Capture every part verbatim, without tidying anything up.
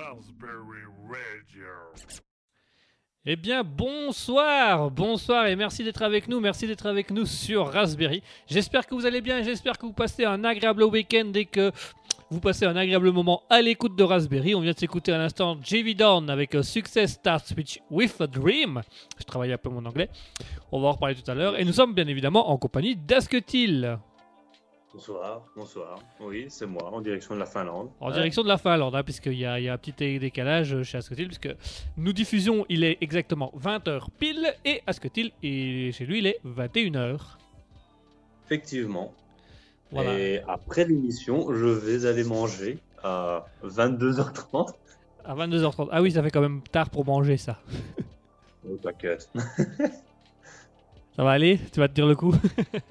Raspberry Radio. Eh bien, bonsoir, bonsoir et merci d'être avec nous, merci d'être avec nous sur Raspberry. J'espère que vous allez bien, j'espère que vous passez un agréable week-end et que vous passez un agréable moment à l'écoute de Raspberry. On vient de s'écouter à l'instant J V Dawn avec uh, Success Starts with a Dream. Je travaille un peu mon anglais, on va en reparler tout à l'heure. Et nous sommes bien évidemment en compagnie d'Asketil. Bonsoir, bonsoir. Oui, c'est moi, en direction de la Finlande. En Ouais. direction de la Finlande, hein, puisqu'il y, y a un petit décalage chez Asketil, puisque nous diffusons, il est exactement vingt heures pile, et Asketil, et chez lui, il est vingt et une heures. Effectivement. Voilà. Et après l'émission, je vais aller manger à vingt-deux heures trente. À vingt-deux heures trente. Ah oui, ça fait quand même tard pour manger, ça. Oh, t'inquiète. Ça va aller? Tu vas te dire le coup?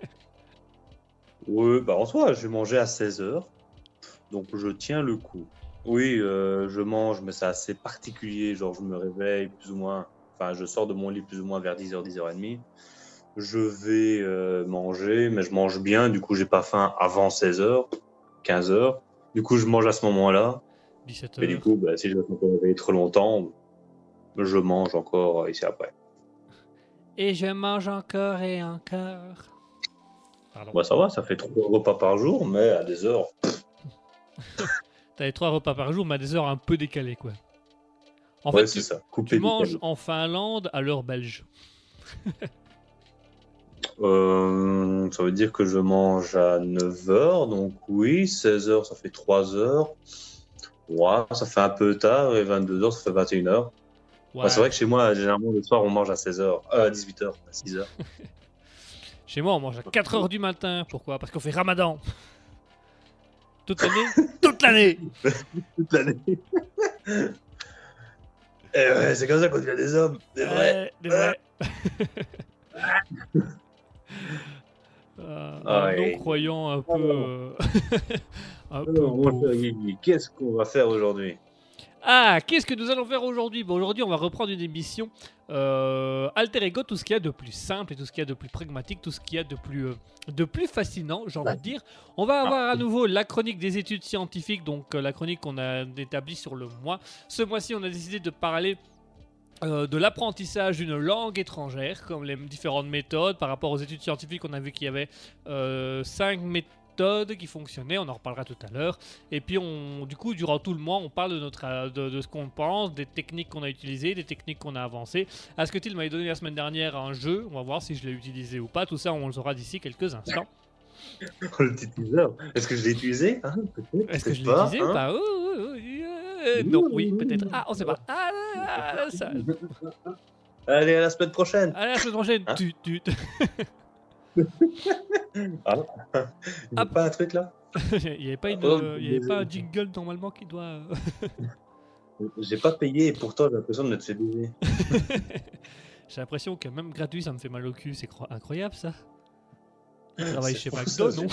Oui, bah en soi, je vais manger à seize heures. Donc je tiens le coup. Oui, euh, je mange, mais c'est assez particulier. Genre, je me réveille plus ou moins. Enfin, je sors de mon lit plus ou moins vers dix heures, dix heures trente. Je vais euh, manger, mais je mange bien. Du coup, j'ai pas faim avant seize heures, quinze heures. Du coup, je mange à ce moment-là. dix-sept Et du heures. coup, bah, si je reste encore réveillé trop longtemps, je mange encore ici après. Et je mange encore et encore. Pardon. Bah, ça va, ça fait trois repas par jour, mais à des heures. T'as les trois repas par jour, mais à des heures un peu décalées, quoi. En Ouais, fait, c'est tu, ça. Coupé tu du manges calories. en Finlande à l'heure belge. Euh, ça veut dire que je mange à neuf heures, donc oui, seize heures, ça fait trois heures. Ouais, ça fait un peu tard, et vingt-deux heures, ça fait vingt et une heures. Ouais. Ouais, c'est vrai que chez moi, généralement, le soir, on mange à seize heures, euh, à dix-huit heures, à six heures. Chez moi, on mange à quatre heures du matin. Pourquoi? Parce qu'on fait ramadan. Toute l'année? Toute l'année. Toute l'année. Et ouais, c'est comme ça qu'on devient des hommes, des vrais. Ouais, des vrais. Euh, Ah, un ouais. non-croyant un peu... euh, un peu Alors, mon pauvre. cher Guigui, qu'est-ce qu'on va faire aujourd'hui? Ah, qu'est-ce que nous allons faire aujourd'hui? Bon, aujourd'hui, on va reprendre une émission euh, Alter Ego, tout ce qu'il y a de plus simple et tout ce qu'il y a de plus pragmatique, tout ce qu'il y a de plus, euh, de plus fascinant, j'ai envie de dire. On va avoir à nouveau la chronique des études scientifiques, donc euh, la chronique qu'on a établie sur le mois. Ce mois-ci, on a décidé de parler euh, de l'apprentissage d'une langue étrangère, comme les différentes méthodes. Par rapport aux études scientifiques, on a vu qu'il y avait euh, cinq méthodes qui fonctionnaient, on en reparlera tout à l'heure. Et puis, on, du coup, durant tout le mois, on parle de, notre, de, de ce qu'on pense, des techniques qu'on a utilisées, des techniques qu'on a avancées. Asketil m'avait donné la semaine dernière un jeu, on va voir si je l'ai utilisé ou pas. Tout ça, on le saura d'ici quelques instants. Le petit teaser. Est-ce que je l'ai utilisé, hein? Peut-être, Est-ce que je l'ai pas, utilisé ou hein? pas? Oh, oh, oh, euh, Non, oui, peut-être. Ah, on sait pas. Ah, ah, ah, ça. Allez, à la semaine prochaine. Allez, la semaine prochaine. Hein? Tu, tu, Ah, il n'y a Ah. pas un truc là? Il n'y avait pas, une, Oh, euh, il y avait désolé. pas un jingle normalement qui doit. euh, J'ai pas payé et pourtant j'ai l'impression de me faire baiser. J'ai l'impression que même gratuit, ça me fait mal au cul. C'est cro- incroyable ça. Il travaille C'est chez fou, McDo, ça, non?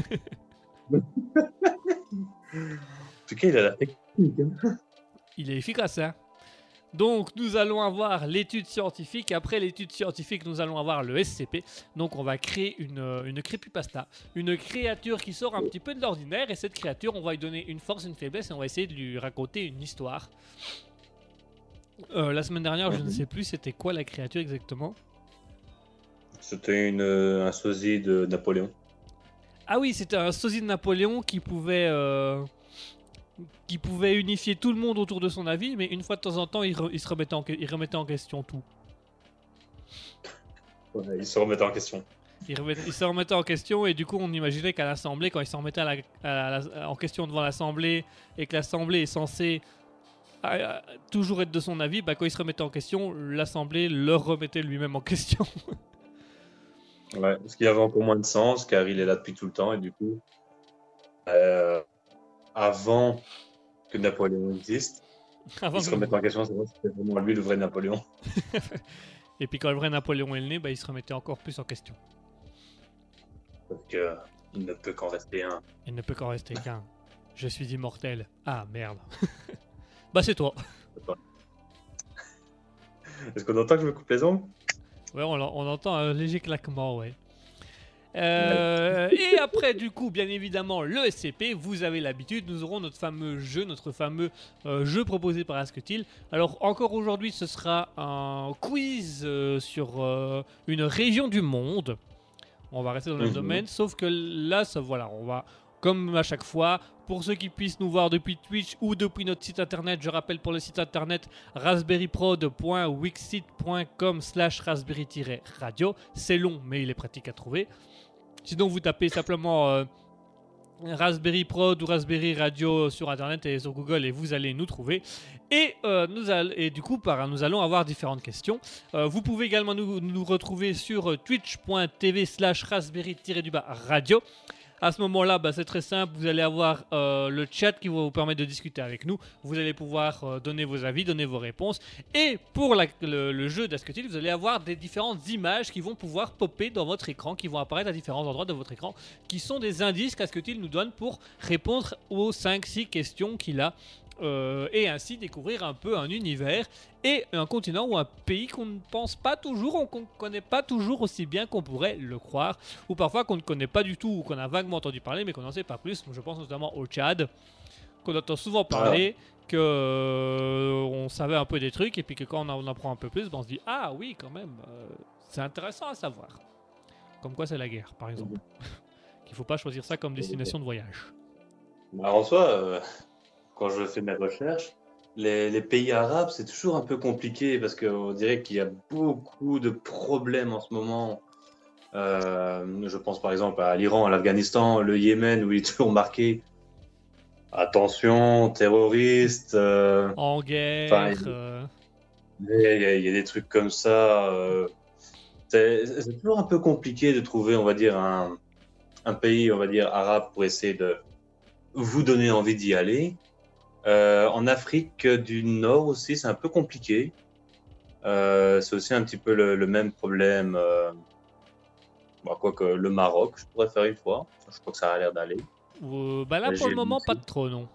En tout cas, il a la technique. hein. Il est efficace, hein. Donc, nous allons avoir l'étude scientifique. Après l'étude scientifique, nous allons avoir le S C P. Donc, on va créer une, euh, une creepypasta. Une créature qui sort un petit peu de l'ordinaire. Et cette créature, on va lui donner une force, une faiblesse. Et on va essayer de lui raconter une histoire. Euh, la semaine dernière, je ne sais plus c'était quoi la créature exactement. C'était une, euh, un sosie de Napoléon. Ah oui, c'était un sosie de Napoléon qui pouvait... euh, qui pouvait unifier tout le monde autour de son avis, mais une fois de temps en temps, il, re- il se remettait en, que- il remettait en question tout. Ouais, il se remettait en question. Il, remet- il se remettait en question et du coup, on imaginait qu'à l'Assemblée, quand il se remettait à la- à la- en question devant l'Assemblée et que l'Assemblée est censée euh, toujours être de son avis, bah, quand il se remettait en question, l'Assemblée le remettait lui-même en question. Ouais, ce qui avait encore moins de sens car il est là depuis tout le temps et du coup, euh, avant que Napoléon existe, Avant il se que- remettait en question, c'est vrai, c'était vraiment lui le vrai Napoléon. Et puis quand le vrai Napoléon est né, bah, il se remettait encore plus en question. Parce que il ne peut qu'en rester un. Il ne peut qu'en rester qu'un. Je suis immortel. Ah merde. Bah c'est toi. Est-ce qu'on entend que je me coupe les ongles? Ouais, on, l'en- on entend un léger claquement, ouais. Euh, et après, du coup, bien évidemment, le S C P, vous avez l'habitude, nous aurons notre fameux jeu, notre fameux euh, jeu proposé par Asketil. Alors, encore aujourd'hui, ce sera un quiz euh, sur euh, une région du monde. On va rester dans le même Mhm. domaine, sauf que là, ça, voilà, on va, comme à chaque fois, pour ceux qui puissent nous voir depuis Twitch ou depuis notre site internet, je rappelle pour le site internet raspberryprod point wixsite point com slash raspberry-radio. C'est long, mais il est pratique à trouver. Sinon, vous tapez simplement euh, Raspberry Prod ou Raspberry Radio sur internet et sur Google et vous allez nous trouver. Et, euh, nous all- et du coup, par, nous allons avoir différentes questions. Euh, vous pouvez également nous, nous retrouver sur euh, twitch point tv slash raspberry-radio. À ce moment-là, bah, c'est très simple. Vous allez avoir euh, le chat qui va vous permettre de discuter avec nous. Vous allez pouvoir euh, donner vos avis, donner vos réponses. Et pour la- le, le jeu d'Asketil, vous allez avoir des différentes images qui vont pouvoir popper dans votre écran, qui vont apparaître à différents endroits de votre écran, qui sont des indices qu'Asketil nous donne pour répondre aux cinq six questions qu'il a. Euh, et ainsi découvrir un peu un univers et un continent ou un pays qu'on ne pense pas toujours, ou qu'on ne connaît pas toujours aussi bien qu'on pourrait le croire, ou parfois qu'on ne connaît pas du tout, ou qu'on a vaguement entendu parler mais qu'on n'en sait pas plus. Je pense notamment au Tchad, qu'on entend souvent parler, que euh, on savait un peu des trucs, et puis que quand on en on apprend un peu plus, ben on se dit ah oui quand même, euh, c'est intéressant à savoir. Comme quoi c'est la guerre par exemple. Qu'il faut pas choisir ça comme destination de voyage. Bah, en soi, euh, quand je fais mes recherches, les, les pays arabes, c'est toujours un peu compliqué parce qu'on dirait qu'il y a beaucoup de problèmes en ce moment. Euh, je pense par exemple à l'Iran, à l'Afghanistan, le Yémen, où il est toujours marqué attention, terroristes. euh, En guerre. Enfin, il- euh, Il y, a, il y a des trucs comme ça. euh, c'est c'est toujours un peu compliqué de trouver, on va dire, un, un pays, on va dire, arabe pour essayer de vous donner envie d'y aller. Euh, en Afrique du Nord aussi, c'est un peu compliqué. Euh, c'est aussi un petit peu le, le même problème. Euh, bah, quoique le Maroc, je pourrais faire une fois. Je crois que ça a l'air d'aller. euh, bah là Mais pour j'ai le moment aussi- pas de trop non.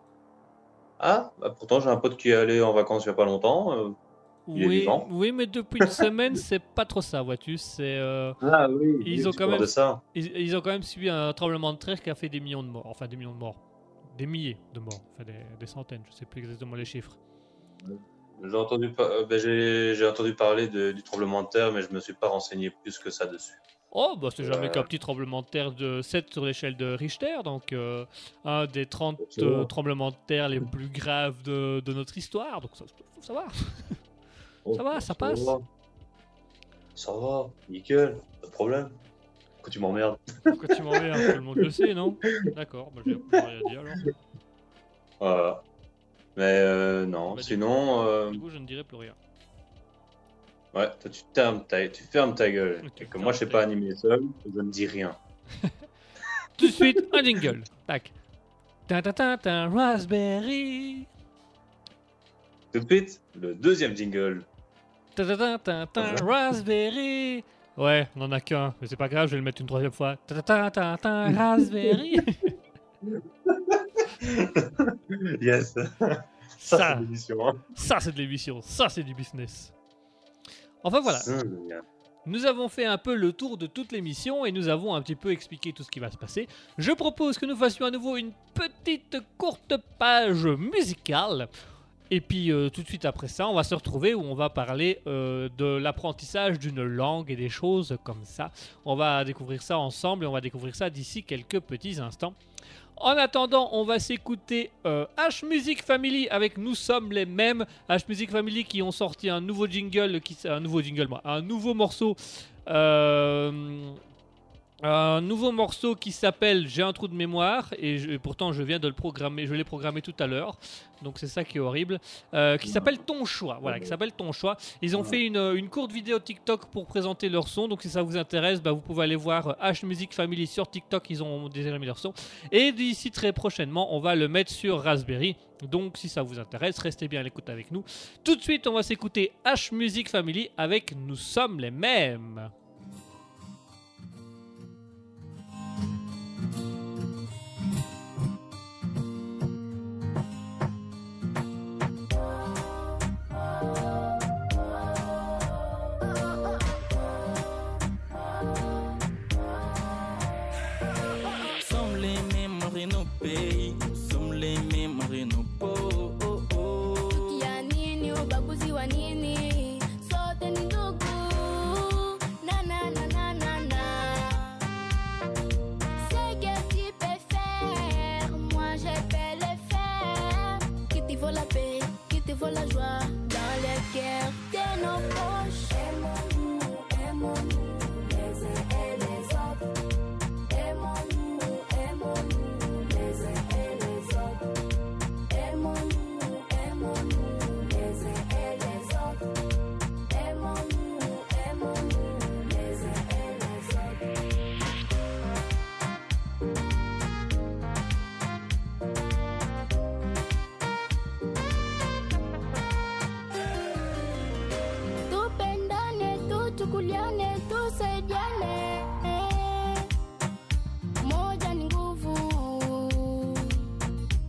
Ah, bah, pourtant j'ai un pote qui est allé en vacances il n'y a pas longtemps. euh. Il est Oui, vivant. oui, mais depuis une semaine, c'est pas trop ça, vois-tu. C'est, euh, Ah oui, Ils oui, ont tu quand parles même- de ça. ils, ils ont quand même subi un tremblement de terre qui a fait des millions de morts. Enfin, des millions de morts. Des milliers de morts. Enfin, des, des centaines. Je sais plus exactement les chiffres. J'ai entendu, par- euh, ben, j'ai, j'ai entendu parler de- du tremblement de terre, mais je me suis pas renseigné plus que ça dessus. Oh, bah c'est jamais Euh. qu'un petit tremblement de terre de sept sur l'échelle de Richter. Donc, euh, un des trente C'est bon. euh, tremblements de terre les plus graves de, de notre histoire. Donc, ça, ça va. Oh, Ça va, ça passe. va. Ça va, nickel, pas de problème. Pourquoi tu m'emmerdes? Pourquoi tu m'emmerdes? Tout le monde le sait, non? D'accord, bah, j'ai j'ai rien dit alors. Voilà. Mais euh, non, Bah, du sinon, euh, Du coup, je ne dirai plus rien. ouais, toi tu fermes ta, tu fermes ta gueule. Ok, Et que moi je sais ferme pas ta animer seul, je ne dis rien. Tout de suite, un jingle. Tac. Tin, tin, tin, tin, Raspberry. Tout de suite, le deuxième jingle. Tin, tin, tin, tin, tin, Raspberry. Ouais, on en a qu'un, mais c'est pas grave, je vais le mettre une troisième fois. Tin, tin, tin, tin, Raspberry. Yes. Ça, Ça, c'est l'émission. Hein. ça c'est de l'émission, ça c'est du business. Enfin voilà, Hum, nous avons fait un peu le tour de toute l'émission et nous avons un petit peu expliqué tout ce qui va se passer. Je propose que nous fassions à nouveau une petite courte page musicale. Et puis euh, tout de suite après ça, on va se retrouver où on va parler euh, de l'apprentissage d'une langue et des choses comme ça. On va découvrir ça ensemble et on va découvrir ça d'ici quelques petits instants. En attendant, on va s'écouter euh, H Music Family avec Nous sommes les mêmes. H Music Family qui ont sorti un nouveau jingle, qui, un nouveau jingle, moi, un nouveau morceau. Euh, un nouveau morceau qui s'appelle J'ai un trou de mémoire et, je- et pourtant je viens de le programmer, je l'ai programmé tout à l'heure, donc c'est ça qui est horrible. Euh, qui s'appelle Ton choix, voilà, qui s'appelle Ton choix. Ils ont fait une, une courte vidéo TikTok pour présenter leur son, donc si ça vous intéresse, bah, vous pouvez aller voir euh, H Music Family sur TikTok, ils ont déjà mis leur son. Et d'ici très prochainement, on va le mettre sur Raspberry. Donc si ça vous intéresse, restez bien à l'écoute avec nous. Tout de suite, on va s'écouter H Music Family avec Nous sommes les mêmes.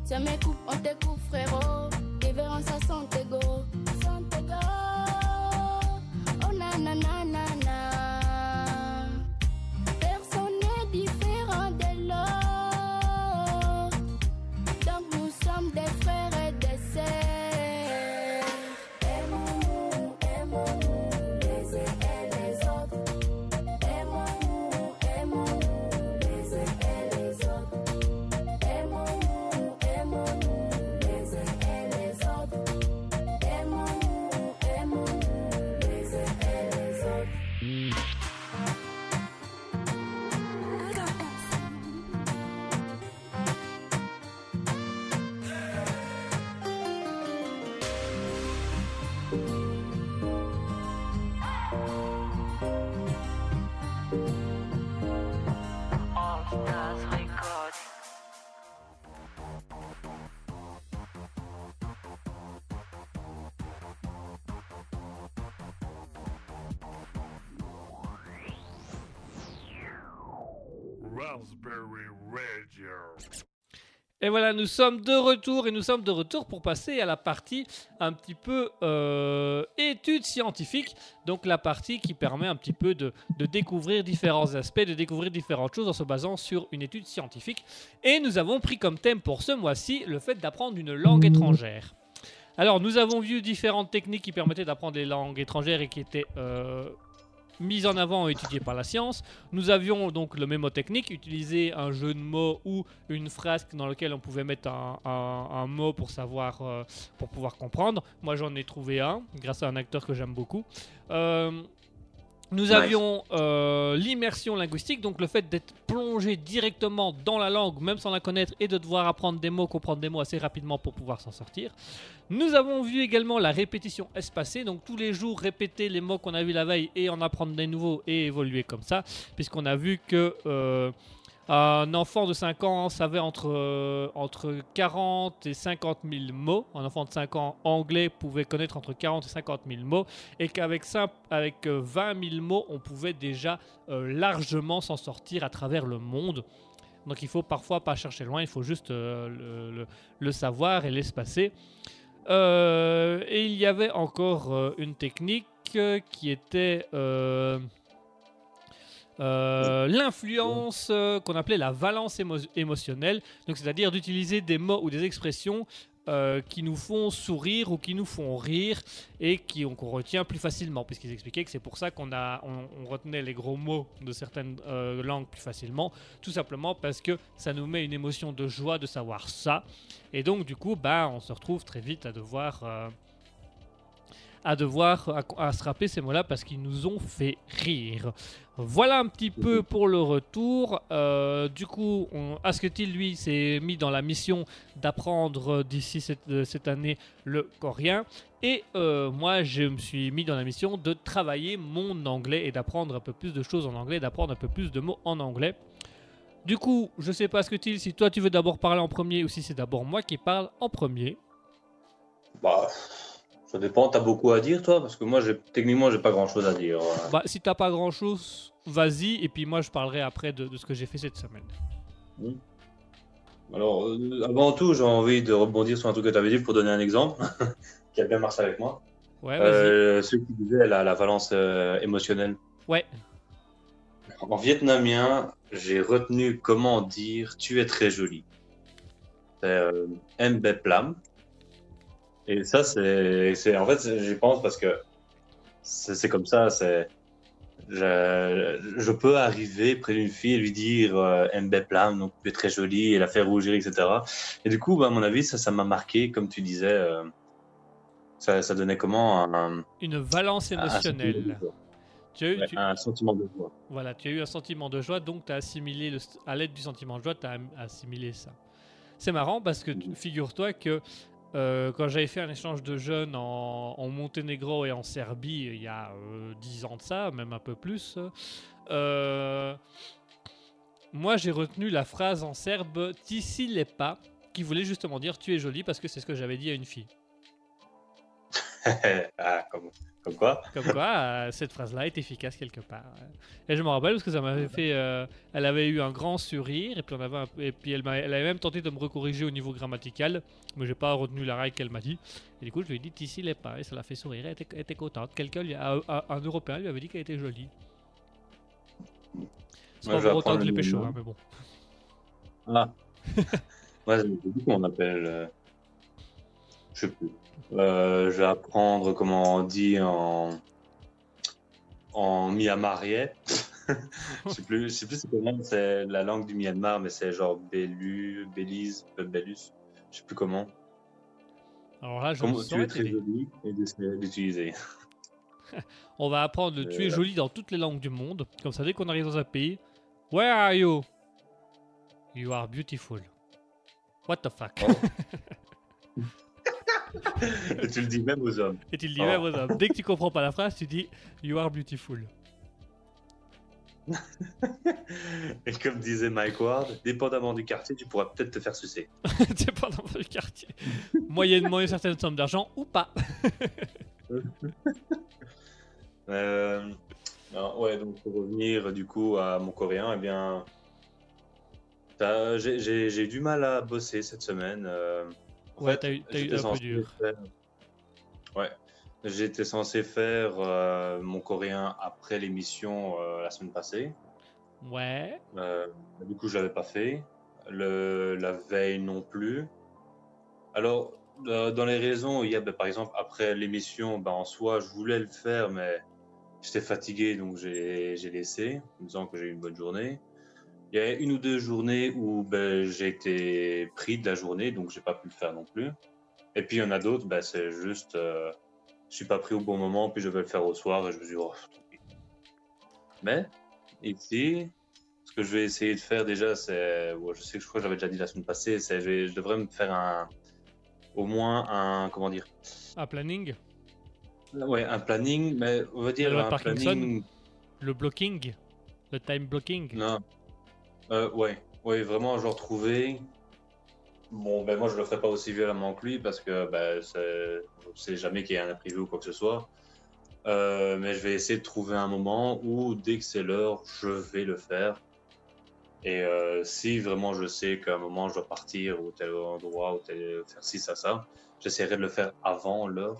Ça me coupe, on te coupe, frérot. Différence à cent égaux. cent égaux. Oh na na na na na. Personne n'est différent de l'autre. Donc nous sommes des frères et des sœurs. Aimons-nous, aimons-nous les uns et les autres. Aimons-nous, aimons-nous les uns et les autres. Aimons-nous, aimons-nous les uns et les autres. Aimons-nous, aimons-nous les uns et les autres. All Stars Records. Raspberry Radio. Et voilà, nous sommes de retour et nous sommes de retour pour passer à la partie un petit peu euh, études scientifiques. Donc la partie qui permet un petit peu de, de découvrir différents aspects, de découvrir différentes choses en se basant sur une étude scientifique. Et nous avons pris comme thème pour ce mois-ci le fait d'apprendre une langue étrangère. Alors nous avons vu différentes techniques qui permettaient d'apprendre les langues étrangères et qui étaient euh, mises en avant et étudiées par la science. Nous avions donc le mémotechnique, utiliser un jeu de mots ou une phrase dans laquelle on pouvait mettre un, un- un mot pour savoir, euh, pour pouvoir comprendre. Moi j'en ai trouvé un grâce à un acteur que j'aime beaucoup. Euh, Nous Nice. avions euh, l'immersion linguistique, donc le fait d'être plongé directement dans la langue, même sans la connaître, et de devoir apprendre des mots, comprendre des mots assez rapidement pour pouvoir s'en sortir. Nous avons vu également la répétition espacée, donc tous les jours répéter les mots qu'on a vus la veille et en apprendre des nouveaux et évoluer comme ça, puisqu'on a vu que euh, un enfant de cinq ans savait entre, euh, entre quarante et cinquante mille mots. Un enfant de cinq ans anglais pouvait connaître entre quarante et cinquante mille mots, et qu'avec ça, avec euh, vingt mille mots, on pouvait déjà euh, largement s'en sortir à travers le monde. Donc il faut parfois pas chercher loin, il faut juste euh, le, le- le savoir et l'espacer. Euh, et il y avait encore euh, une technique euh, qui était euh, euh, l'influence euh, qu'on appelait la valence émo- émotionnelle. Donc c'est-à-dire d'utiliser des mots ou des expressions euh, qui nous font sourire ou qui nous font rire et qui on, qu'on retient plus facilement, puisqu'ils expliquaient que c'est pour ça qu'on a, on, on retenait les gros mots de certaines euh, langues plus facilement, tout simplement parce que ça nous met une émotion de joie de savoir ça, et donc du coup bah, on se retrouve très vite à devoir euh, à devoir à, à se rappeler ces mots-là parce qu'ils nous ont fait rire. Voilà un petit peu pour le retour. Euh, du coup, on, Asketil, lui, s'est mis dans la mission d'apprendre euh, d'ici cette, euh, cette année le coréen. Et euh, moi, je me suis mis dans la mission de travailler mon anglais et d'apprendre un peu plus de choses en anglais, d'apprendre un peu plus de mots en anglais. Du coup, je sais pas, Asketil, si toi tu veux d'abord parler en premier ou si c'est d'abord moi qui parle en premier. Bah, ça dépend, t'as beaucoup à dire toi, parce que moi, j'ai, techniquement, j'ai pas grand chose à dire. voilà. Bah, si t'as pas grand chose, vas-y, et puis moi je parlerai après de, de ce que j'ai fait cette semaine. Alors, euh, avant tout, j'ai envie de rebondir sur un truc que tu avais dit pour donner un exemple qui a bien marché avec moi. Ouais, vas-y. Euh, celui qui disait la, la valence euh, émotionnelle. Ouais. En vietnamien, j'ai retenu comment dire tu es très jolie. C'est euh, Em Be Plam. Et ça, c'est, c'est en fait, c'est- j'y pense parce que c'est, c'est comme ça. C'est, je, je peux arriver près d'une fille et lui dire euh, Em Be Plam, donc tu es très jolie, et la faire rougir, et cetera. Et du coup, bah, à mon avis, ça, ça m'a marqué, comme tu disais. euh, ça, ça donnait comment un, Une valence un sentiment de émotionnelle. joie. Tu as, eu, Ouais, tu- un sentiment de joie. voilà, tu as eu un sentiment de joie, donc tu as assimilé, le, à l'aide du sentiment de joie, tu as assimilé ça. C'est marrant parce que tu- figure-toi que euh, quand j'avais fait un échange de jeunes en, en Monténégro et en Serbie il y a euh, dix ans de ça, même un peu plus, euh, moi j'ai retenu la phrase en serbe Ti si lepa, qui voulait justement dire tu es jolie, parce que c'est ce que j'avais dit à une fille. Ah, comme, comme quoi? Comme quoi, euh, cette phrase-là est efficace quelque part. Et je me rappelle parce que ça m'avait fait. euh, elle avait eu un grand sourire et puis on avait un- et puis elle, m'a- elle avait même tenté de me recorriger au niveau grammatical, mais j'ai pas retenu la règle qu'elle m'a dit. Et du coup, je lui ai dit ici les pas et ça l'a fait sourire. Elle était, elle était contente. Quelqu'un, lui a- un, un Européen, lui avait dit qu'elle était jolie. C'est Moi, pas je vais pour autant apprendre que les le pécho, nom. hein, mais bon. Ah. Moi, j'ai dit comment on appelle. euh, Je sais plus. Euh, je vais apprendre comment on dit en en myanmarien. Je sais plus, je sais plus c'est comment, c'est la langue du Myanmar, mais c'est genre Bélu, Belize, euh, Bélus. Je sais plus comment. Alors là, je Comment ne tu saurais es très t'aider. joli et d'essayer d'utiliser. On va apprendre de Euh, tu es joli dans toutes les langues du monde. Comme ça, dès qu'on arrive dans un pays, where are you? You are beautiful. What the fuck? Oh. Et tu le dis même aux hommes. Et tu le dis Oh. même aux hommes. Dès que tu comprends pas la phrase, tu dis you are beautiful. Et comme disait Mike Ward, dépendamment du quartier, tu pourras peut-être te faire sucer. C'est pas dans le quartier. Moyennement une certaine somme d'argent ou pas. Euh, non, ouais, donc pour revenir du coup à mon coréen, eh bien, t'as- j'ai j'ai- j'ai eu du mal à bosser cette semaine. euh, en Ouais, fait, t'as eu, t'as eu j'étais un peu censé dur. faire- Ouais, j'étais censé faire euh, mon coréen après l'émission euh, la semaine passée. Ouais. Euh, du coup, je l'avais pas fait. Le, la veille non plus. Alors, euh, dans les raisons, il y a ben, par exemple après l'émission, ben, en soi, je voulais le faire, mais j'étais fatigué, donc j'ai j'ai laissé, en me disant que j'ai eu une bonne journée. Il y a une ou deux journées où ben, j'ai été pris de la journée, donc j'ai pas pu le faire non plus. Et puis il y en a d'autres, ben, c'est juste, euh, je suis pas pris au bon moment, puis je vais le faire au soir, et je me suis dit, oh, tant pis. Mais ici, ce que je vais essayer de faire déjà, c'est, ouais, je sais que je crois que j'avais déjà dit la semaine passée, c'est je, vais- je devrais me faire un, au moins un, comment dire, Un planning. ouais, un planning, mais on va dire La loi de un Parkinson. planning. Le blocking. Le time blocking. Non, euh, ouais, ouais, vraiment, genre trouver. Bon, ben moi, je le ferai pas aussi violemment que lui parce que ben, c'est, je sais jamais qu'il y a un imprévu ou quoi que ce soit. Euh, mais je vais essayer de trouver un moment où, dès que c'est l'heure, je vais le faire. Et euh, si vraiment je sais qu'à un moment je dois partir ou tel endroit ou tel, faire ci, ça, ça, j'essaierai de le faire avant l'heure.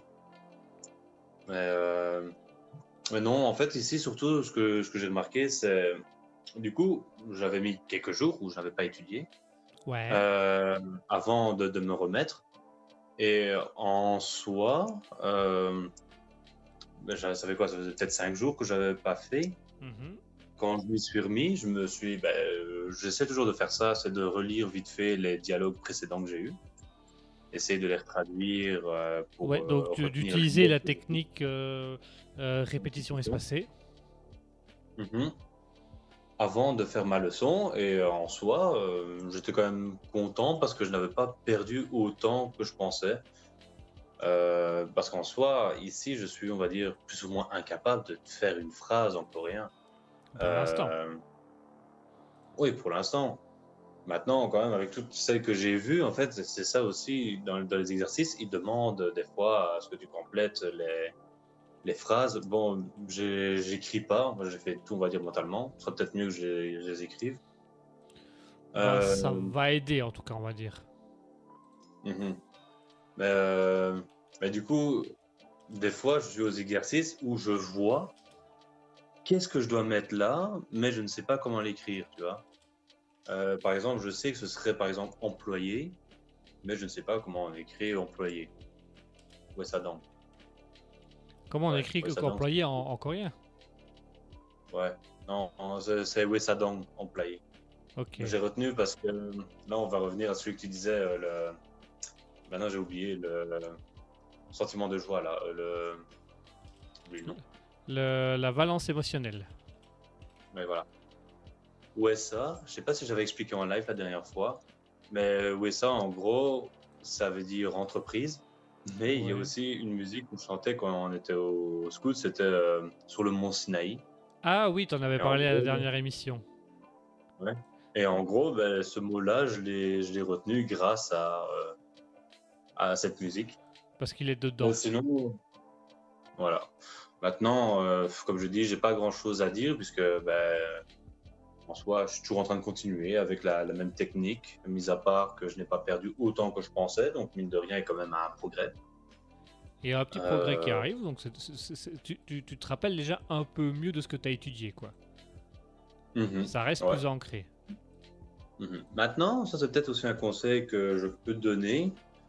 Mais, euh, mais non, en fait, ici, surtout, ce que, ce que j'ai remarqué, c'est. Du coup, j'avais mis quelques jours où je n'avais pas étudié Ouais. euh, avant de, de me remettre. Et en soi, euh, ben, ça fait quoi? Ça faisait peut-être cinq jours que je n'avais pas fait. Mhm. Quand je m'y suis remis, je me suis, ben, euh, j'essaie toujours de faire ça, c'est de relire vite fait les dialogues précédents que j'ai eus, essayer de les retraduire euh, pour Ouais, euh, donc tu- retenir d'utiliser les la mots. technique euh, euh, répétition espacée. Mhm. Avant de faire ma leçon, et euh, en soi, euh, j'étais quand même content parce que je n'avais pas perdu autant que je pensais. Euh, parce qu'en soi, ici, je suis, on va dire, plus ou moins incapable de faire une phrase en coréen. Pour l'instant. Euh, Oui, pour l'instant. Maintenant, quand même, avec toutes celles que j'ai vues, en fait, c'est c'est ça aussi, dans, dans les exercices, ils demandent des fois à ce que tu complètes les, les phrases. Bon, j'ai- j'écris pas, moi, j'ai fait tout, on va dire, mentalement. Ce serait peut-être mieux que je, les je les écrive. Bah, Euh, ça va aider en tout cas, on va dire. mhm. Mais, euh, mais du coup, des fois, je suis aux exercices où je vois qu'est-ce que je dois mettre là, mais je ne sais pas comment l'écrire, tu vois. Euh, par exemple, je sais que ce serait par exemple employé, mais je ne sais pas comment on écrit employé. Où est ça donc? Comment on Ouais, écrit ouais, que ça employé en, en coréen? Ouais, non, non, c'est c'est où est ça donc employé. Ok. J'ai retenu parce que euh, là, on va revenir à celui que tu disais. euh, le... Maintenant, j'ai oublié le... le sentiment de joie là. euh, Le... Oui, non. Le- la valence émotionnelle. Mais voilà. Où est ça? Je sais pas si j'avais expliqué en live la dernière fois, mais où est ça en gros, ça veut dire entreprise. Mais il y a Ouais. aussi une musique qu'on chantait quand on était au scout, c'était euh, sur le mont Sinaï. Ah oui, t'en avais Et en parlé à la gros, dernière émission. Et en gros, ben, ce mot-là, je l'ai, je l'ai retenu grâce à, euh, à cette musique. Parce qu'il est dedans. Euh, sinon, Voilà. Maintenant, euh, comme je dis, j'ai pas grand-chose à dire puisque, ben, en soi, je suis toujours en train de continuer avec la, la même technique, mis à part que je n'ai pas perdu autant que je pensais, donc mine de rien, il y a quand même un progrès. Il y a un petit progrès qui Euh, arrive, donc c'est- c'est- c'est- c'est- tu, tu- tu te rappelles déjà un peu mieux de ce que tu as étudié, quoi. mhm. Ça reste Ouais. plus ancré. Mhm. Maintenant, ça c'est peut-être aussi un conseil que je peux te donner,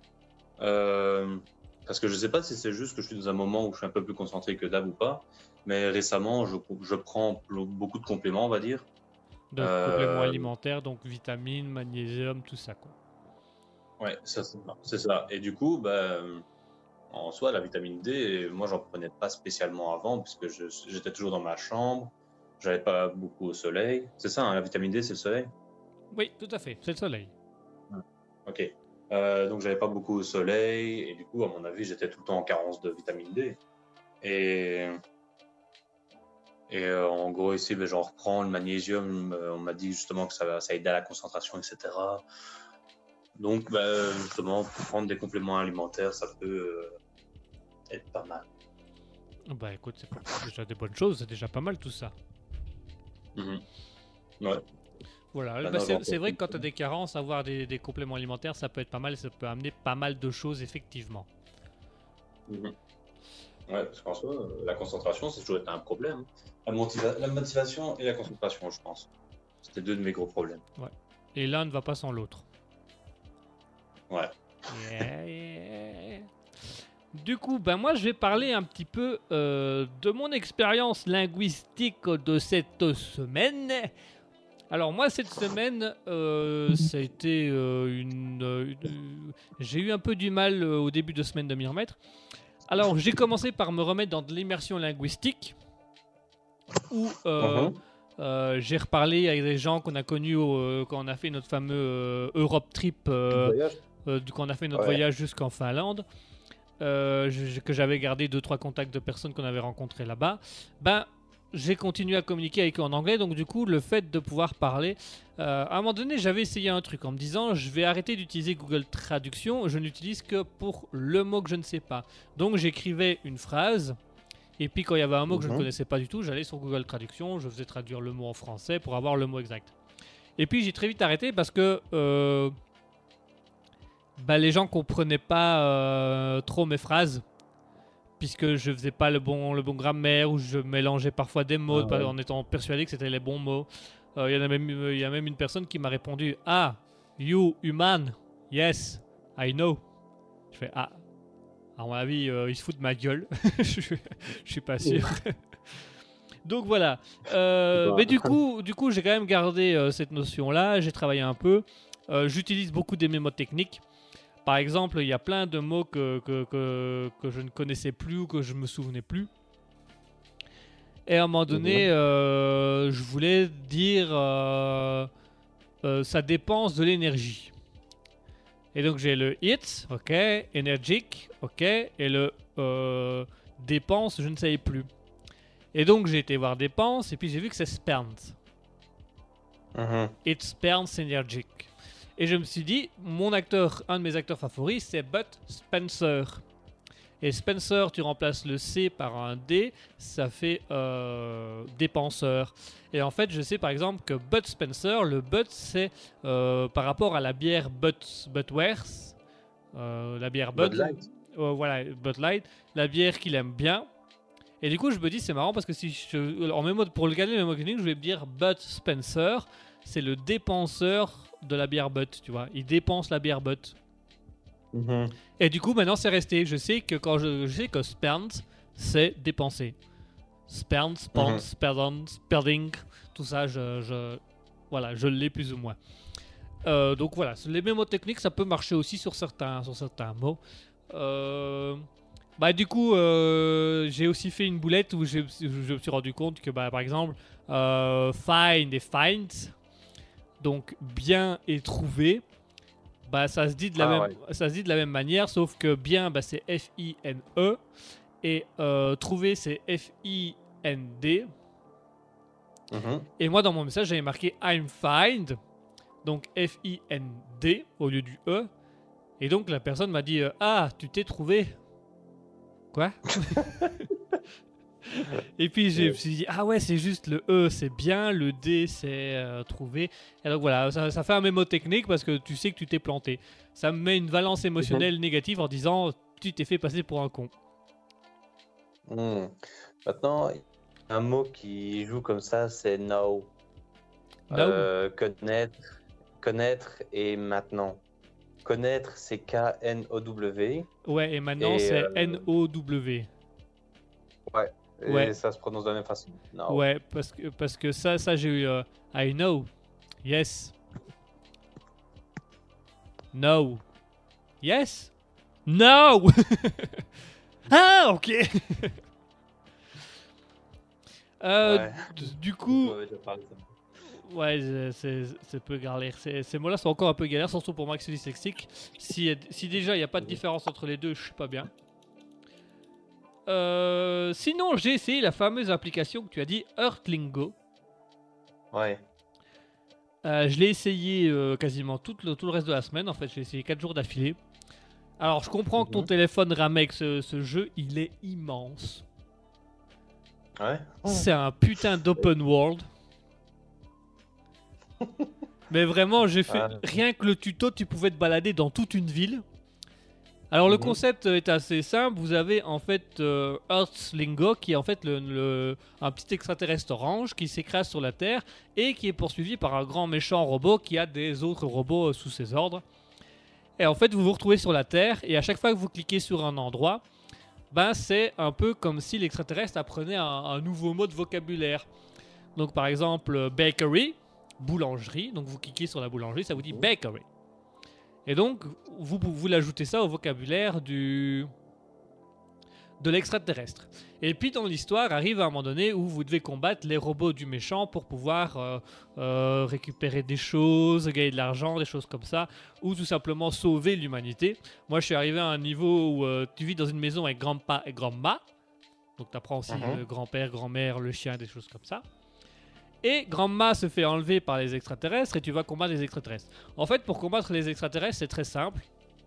euh, parce que je ne sais pas si c'est juste que je suis dans un moment où je suis un peu plus concentré que d'hab ou pas, mais récemment, je, je prends pl- beaucoup de compléments, on va dire. De Euh, compléments alimentaires, donc vitamines, magnésium, tout ça, quoi. Ouais, ça, c'est c'est ça. Et du coup, ben, en soi, la vitamine D, moi, j'en prenais pas spécialement avant, puisque je- j'étais toujours dans ma chambre, j'allais pas beaucoup au soleil. C'est ça, hein, la vitamine D, c'est le soleil? Oui, tout à fait, c'est le soleil. Ok. Euh, donc, j'allais pas beaucoup au soleil, et du coup, à mon avis, j'étais tout le temps en carence de vitamine D. Et, et euh, en gros, ici, ben, j'en reprends le magnésium. euh, On m'a dit justement que ça, ça aidait à la concentration, et cetera. Donc, ben, justement, pour prendre des compléments alimentaires, ça peut euh, être pas mal. Bah écoute, c'est pas- c'est déjà des bonnes choses, c'est déjà pas mal tout ça. Mhm. Ouais. Voilà, Bah, bah, c'est d'avoir c'est vrai que quand compris. tu as des carences, avoir des, des compléments alimentaires, ça peut être pas mal, ça peut amener pas mal de choses, effectivement. Mhm. Ouais, parce qu'en soi, euh, la concentration, c'est toujours été un problème. La, motiva- la motivation et la concentration, je pense. C'était deux de mes gros problèmes. Et l'un ne va pas sans l'autre. Ouais. Yeah, yeah. Du coup, ben moi je vais parler un petit peu euh, de mon expérience linguistique de cette semaine. Alors moi cette semaine, euh, ça a été euh, une... euh, une- j'ai eu un peu du mal euh, au début de semaine de m'y remettre. Alors j'ai commencé par me remettre dans de l'immersion linguistique, où euh, Mhm. euh, j'ai reparlé avec des gens qu'on a connus au- euh, quand on a fait notre fameux euh, Europe Trip, euh, Voyage. euh, du- quand on a fait notre Ouais. voyage jusqu'en Finlande. Euh, je- que j'avais gardé deux trois contacts de personnes qu'on avait rencontrées là-bas, ben j'ai continué à communiquer avec eux en anglais. Donc du coup, le fait de pouvoir parler, euh, à un moment donné, j'avais essayé un truc en me disant, je vais arrêter d'utiliser Google Traduction, je n'utilise que pour le mot que je ne sais pas. Donc j'écrivais une phrase, et puis quand il y avait un mot que je ne Mhm. connaissais pas du tout, j'allais sur Google Traduction, je faisais traduire le mot en français pour avoir le mot exact. Et puis j'ai très vite arrêté parce que euh, bah, les gens comprenaient pas euh, trop mes phrases, puisque je faisais pas le bon, le bon grammaire, ou je mélangeais parfois des mots Ah ouais. en étant persuadé que c'était les bons mots. Euh, Il y en a même, il y a même une personne qui m'a répondu, ah, you human, yes, I know. Je fais, ah, à mon avis, euh, il se fout de ma gueule. je, je suis pas sûr. Donc voilà. Euh, Bah. mais du coup, du coup, j'ai quand même gardé euh, cette notion-là. J'ai travaillé un peu. Euh, J'utilise beaucoup des mémotechniques. Par exemple, il y a plein de mots que, que, que, que je ne connaissais plus ou que je me souvenais plus. Et à un moment donné, euh, je voulais dire euh, euh, ça dépense de l'énergie. Et donc j'ai le it, ok, energic, ok, et le euh, dépense, je ne savais plus. Et donc j'ai été voir dépense et puis j'ai vu que c'est spent. Mhm. It spends energic. Et je me suis dit, mon acteur, un de mes acteurs favoris, c'est Bud Spencer. Et Spencer, tu remplaces le C par un D, ça fait euh, dépenseur. Et en fait, je sais par exemple que Bud Spencer, le Bud, c'est euh, par rapport à la bière Bud, Budweiser, euh, la bière Bud. Bud Light. Euh, voilà, Bud Light, la bière qu'il aime bien. Et du coup, je me dis, c'est marrant parce que si je, en mémo, pour le gagner, le mémo clinique, je vais me dire Bud Spencer, c'est le dépenseur de la bière Bud, tu vois. Il dépense la bière Bud. Mhm. Et du coup, maintenant, c'est resté. Je sais que quand je, je sais que spend, c'est dépenser. Spend, spend, Mhm. spend, spending, tout ça, je, je, voilà, je l'ai plus ou moins. Euh, donc voilà, les mémotechniques, ça peut marcher aussi sur certains, sur certains mots. Euh, bah du coup, euh, j'ai aussi fait une boulette où je, je me suis rendu compte que, bah, par exemple, euh, find et find, donc bien et trouver, bah ça se dit de la Ah, même, ça se dit de la même manière, sauf que bien, bah, c'est F I N E et euh, trouver c'est F I N D. Mhm. Et moi, dans mon message, j'avais marqué I'm find, donc F I N D au lieu du E. Et donc, la personne m'a dit euh, ah, tu t'es trouvé. Quoi? Et puis je me suis dit, ah ouais, c'est juste le E, c'est bien, le D, c'est euh, trouvé. Et donc voilà, ça, ça fait un mémo technique parce que tu sais que tu t'es planté. Ça me met une valence émotionnelle négative en disant, tu t'es fait passer pour un con. Hmm. Maintenant, un mot qui joue comme ça, c'est now. Now. Euh, connaître, connaître et maintenant. Connaître, c'est K N O W. Ouais, et maintenant Et, c'est euh, N O W. Ouais. Et Ouais. ça se prononce de la même façon. Now. Ouais, parce que, parce que ça, ça j'ai eu. euh, I know. Yes. No. Yes. No. Ah, ok. Euh, Ouais. d- Du coup, On avait déjà parlé de ça. ouais, c'est- c'est c'est peu galère. Ces, ces mots-là sont encore un peu galères, surtout pour moi qui suis dyslexique. Si, si déjà il n'y a pas de différence entre les deux, je suis pas bien. Euh, sinon, j'ai essayé la fameuse application que tu as dit, Earthlingo. Ouais. Euh, je l'ai essayé euh, quasiment tout le, tout le reste de la semaine. En fait, j'ai essayé quatre jours d'affilée. Alors, je comprends que ton Mhm. téléphone ramait avec ce, ce jeu. Il est immense. Ouais. C'est un putain d'open world. Mais vraiment, j'ai fait Ah. rien que le tuto, tu pouvais te balader dans toute une ville. Alors le Mhm. concept est assez simple. Vous avez en fait euh, Earthlingo, qui est en fait le, le- un petit extraterrestre orange qui s'écrase sur la Terre et qui est poursuivi par un grand méchant robot qui a des autres robots euh, sous ses ordres. Et en fait, vous vous retrouvez sur la Terre et à chaque fois que vous cliquez sur un endroit, ben c'est un peu comme si l'extraterrestre apprenait un, un nouveau mot de vocabulaire. Donc par exemple, euh, bakery, boulangerie. Donc vous cliquez sur la boulangerie, ça vous dit bakery. Et donc vous, vous, vous l'ajoutez ça au vocabulaire du de l'extraterrestre. Et puis dans l'histoire arrive à un moment donné où vous devez combattre les robots du méchant pour pouvoir euh, euh, récupérer des choses, gagner de l'argent, des choses comme ça, ou tout simplement sauver l'humanité. Moi je suis arrivé à un niveau où euh, tu vis dans une maison avec grand-pa et grand-ma. Donc tu apprends aussi Mhm. le grand-père, grand-mère, le chien, des choses comme ça. Et Grandma se fait enlever par les extraterrestres et tu vas combattre les extraterrestres. En fait, pour combattre les extraterrestres, c'est très simple.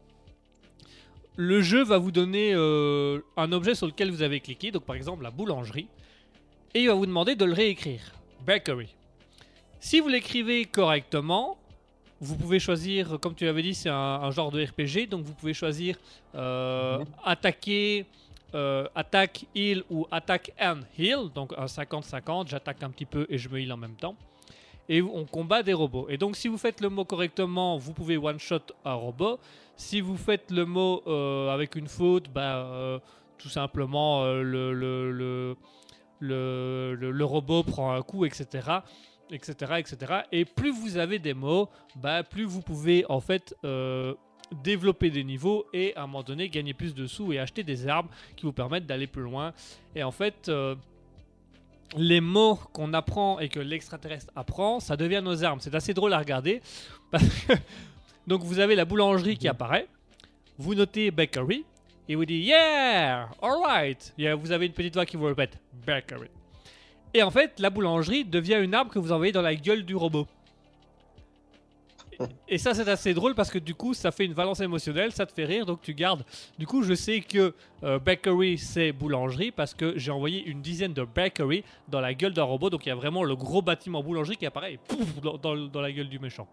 Le jeu va vous donner euh, un objet sur lequel vous avez cliqué, donc par exemple la boulangerie, et il va vous demander de le réécrire. Bakery. Si vous l'écrivez correctement, vous pouvez choisir, comme tu l'avais dit, c'est un, un genre de R P G, donc vous pouvez choisir euh, Mhm. attaquer, euh, attaque, heal ou attaque and heal, donc un cinquante cinquante, j'attaque un petit peu et je me heal en même temps. Et on combat des robots. Et donc si vous faites le mot correctement, vous pouvez one-shot un robot. Si vous faites le mot euh, avec une faute, bah, euh, tout simplement euh, le, le, le, le, le- le robot prend un coup, et cetera et cetera et cetera. Et plus vous avez des mots, bah, plus vous pouvez en fait euh, développer des niveaux et à un moment donné gagner plus de sous et acheter des armes qui vous permettent d'aller plus loin. Et en fait... euh, les mots qu'on apprend et que l'extraterrestre apprend, ça devient nos armes. C'est assez drôle à regarder. Parce que donc vous avez la boulangerie qui apparaît. Vous notez bakery. Et vous dit yeah, alright. Et vous avez une petite voix qui vous répète bakery. Et en fait, la boulangerie devient une arme que vous envoyez dans la gueule du robot. Et ça, c'est assez drôle parce que du coup, ça fait une valence émotionnelle, ça te fait rire, donc tu gardes. Du coup, je sais que euh, bakery, c'est boulangerie parce que j'ai envoyé une dizaine de bakery dans la gueule d'un robot. Donc il y a vraiment le gros bâtiment boulangerie qui apparaît et pouf, dans, dans, dans la gueule du méchant.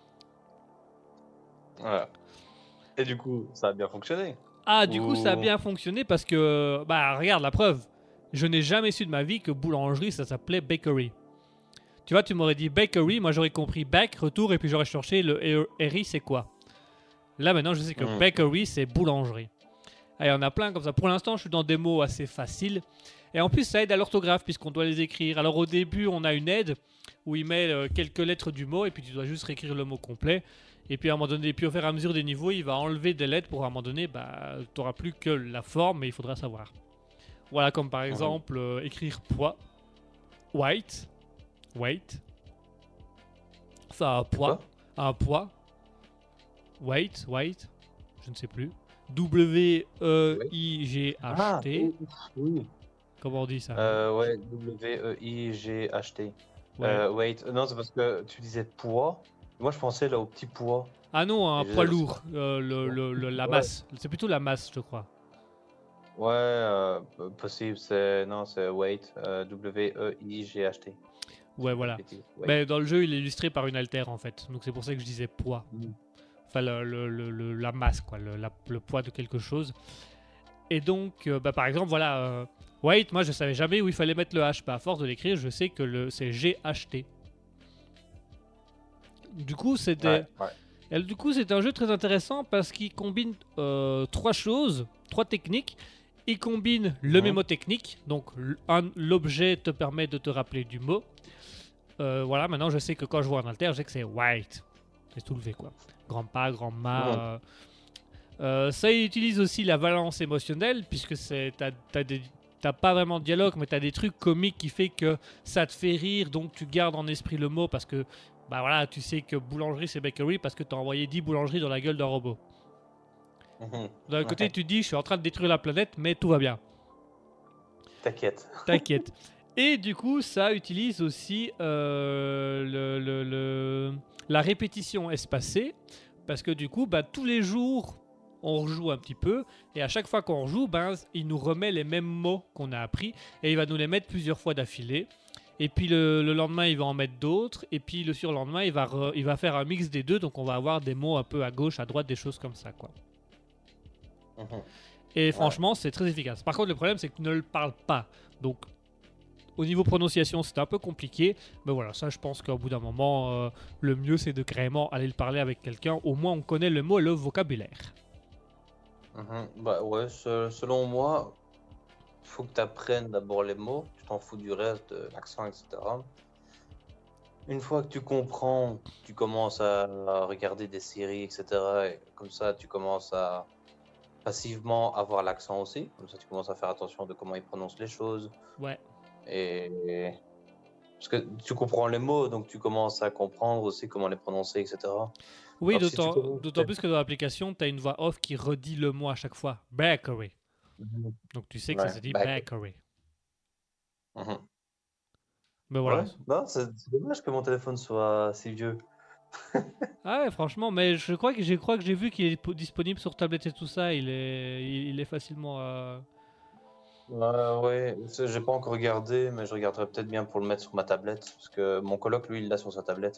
Voilà. Et du coup, ça a bien fonctionné. Ah, du coup, ça a Oh. bien fonctionné parce que, bah, regarde la preuve. Je n'ai jamais su de ma vie que boulangerie, ça s'appelait bakery. Tu vois, tu m'aurais dit bakery, moi j'aurais compris back, retour, et puis j'aurais cherché le R I, c'est quoi. Là maintenant, je sais que Mm. bakery, c'est boulangerie. Ah, il y en a plein comme ça. Pour l'instant, je suis dans des mots assez faciles. Et en plus, ça aide à l'orthographe puisqu'on doit les écrire. Alors au début, on a une aide où il met euh, quelques lettres du mot et puis tu dois juste réécrire le mot complet. Et puis à un moment donné, puis au fur et à mesure des niveaux, il va enlever des lettres pour à un moment donné, bah, tu n'auras plus que la forme, mais il faudra savoir. Voilà, comme par exemple euh, écrire poids, white, weight, ça a un poids, un poids, weight, weight, je ne sais plus, W E I G H T, oui. comment on dit ça? Euh, ouais, W E I G H T. Ouais. Euh, wait, non, c'est parce que tu disais poids. Moi, je pensais là au petit poids. Ah non, un Et je- poids lourd, euh, le, le- le- la Ouais. masse, c'est plutôt la masse, je crois. Ouais, euh, p- possible, c'est. Non, c'est Wait. euh, W E I G H T. Ouais, voilà. Bêtise, Wait. Mais dans le jeu, il est illustré par une altère en fait. Donc c'est pour ça que je disais poids. Mm. Enfin, le, le- le- le- la masse, quoi, le, la- le poids de quelque chose. Et donc, euh, bah, par exemple, voilà, euh, wait, moi je savais jamais où il fallait mettre le H. Bah, à force de l'écrire, je sais que le, c'est G H T. Du coup, c'était. Ouais, ouais. Et du coup, c'est un jeu très intéressant parce qu'il combine euh, trois choses, trois techniques. Il combine le Mhm. mémotechnique, donc l- un- l'objet te permet de te rappeler du mot. Euh, voilà, maintenant je sais que quand je vois un alter, je sais que c'est white. C'est soulevé quoi. Grand pas, grand ma. Mhm. euh. Euh, ça il utilise aussi la valence émotionnelle puisque c'est t'as, t'as des- t'as pas vraiment de dialogue, mais t'as des trucs comiques qui fait que ça te fait rire, donc tu gardes en esprit le mot parce que bah voilà, tu sais que boulangerie c'est bakery parce que t'as envoyé dix boulangeries dans la gueule d'un robot. Mhm. D'un côté, Ouais. tu te dis, je suis en train de détruire la planète, mais tout va bien. T'inquiète. T'inquiète. Et du coup, ça utilise aussi euh, le, le- le- la répétition espacée. Parce que du coup, bah, tous les jours, on rejoue un petit peu. Et à chaque fois qu'on rejoue, ben, il nous remet les mêmes mots qu'on a appris. Et il va nous les mettre plusieurs fois d'affilée. Et puis le, le lendemain, il va en mettre d'autres. Et puis le surlendemain, il va, re- il va faire un mix des deux. Donc on va avoir des mots un peu à gauche, à droite, des choses comme ça, quoi. Mhm. Et franchement, c'est très efficace. Par contre, le problème, c'est que tu ne le parles pas. Donc, au niveau prononciation, c'est un peu compliqué. Mais voilà, ça, je pense qu'au bout d'un moment, euh, le mieux, c'est de carrément aller le parler avec quelqu'un. Au moins, on connaît le mot et le vocabulaire. Mhm. Bah ouais, se- selon moi, il faut que tu apprennes d'abord les mots, tu t'en fous du reste, de l'accent, et cetera. Une fois que tu comprends, tu commences à à regarder des séries, et cetera. Et comme ça, tu commences à passivement avoir l'accent aussi. Comme ça, tu commences à faire attention de comment ils prononcent les choses. Ouais. Et parce que tu comprends les mots, donc tu commences à comprendre aussi comment les prononcer, et cetera. Oui, Alors, si tu d'autant commences- d'autant plus que dans l'application, tu as une voix off qui redit le mot à chaque fois. Bakery. Donc, tu sais que ça Ouais, se dit bakery. bakery. Mhm. Mais voilà. Ouais, non, c'est c'est dommage que mon téléphone soit si vieux. Ah ouais, franchement, mais je crois que je crois que j'ai vu qu'il est po- disponible sur tablette et tout ça. Il est, il, il est facilement. euh, Euh, ouais, c'est- j'ai pas encore regardé, mais je regarderai peut-être bien pour le mettre sur ma tablette, parce que mon coloc, lui, il l'a sur sa tablette.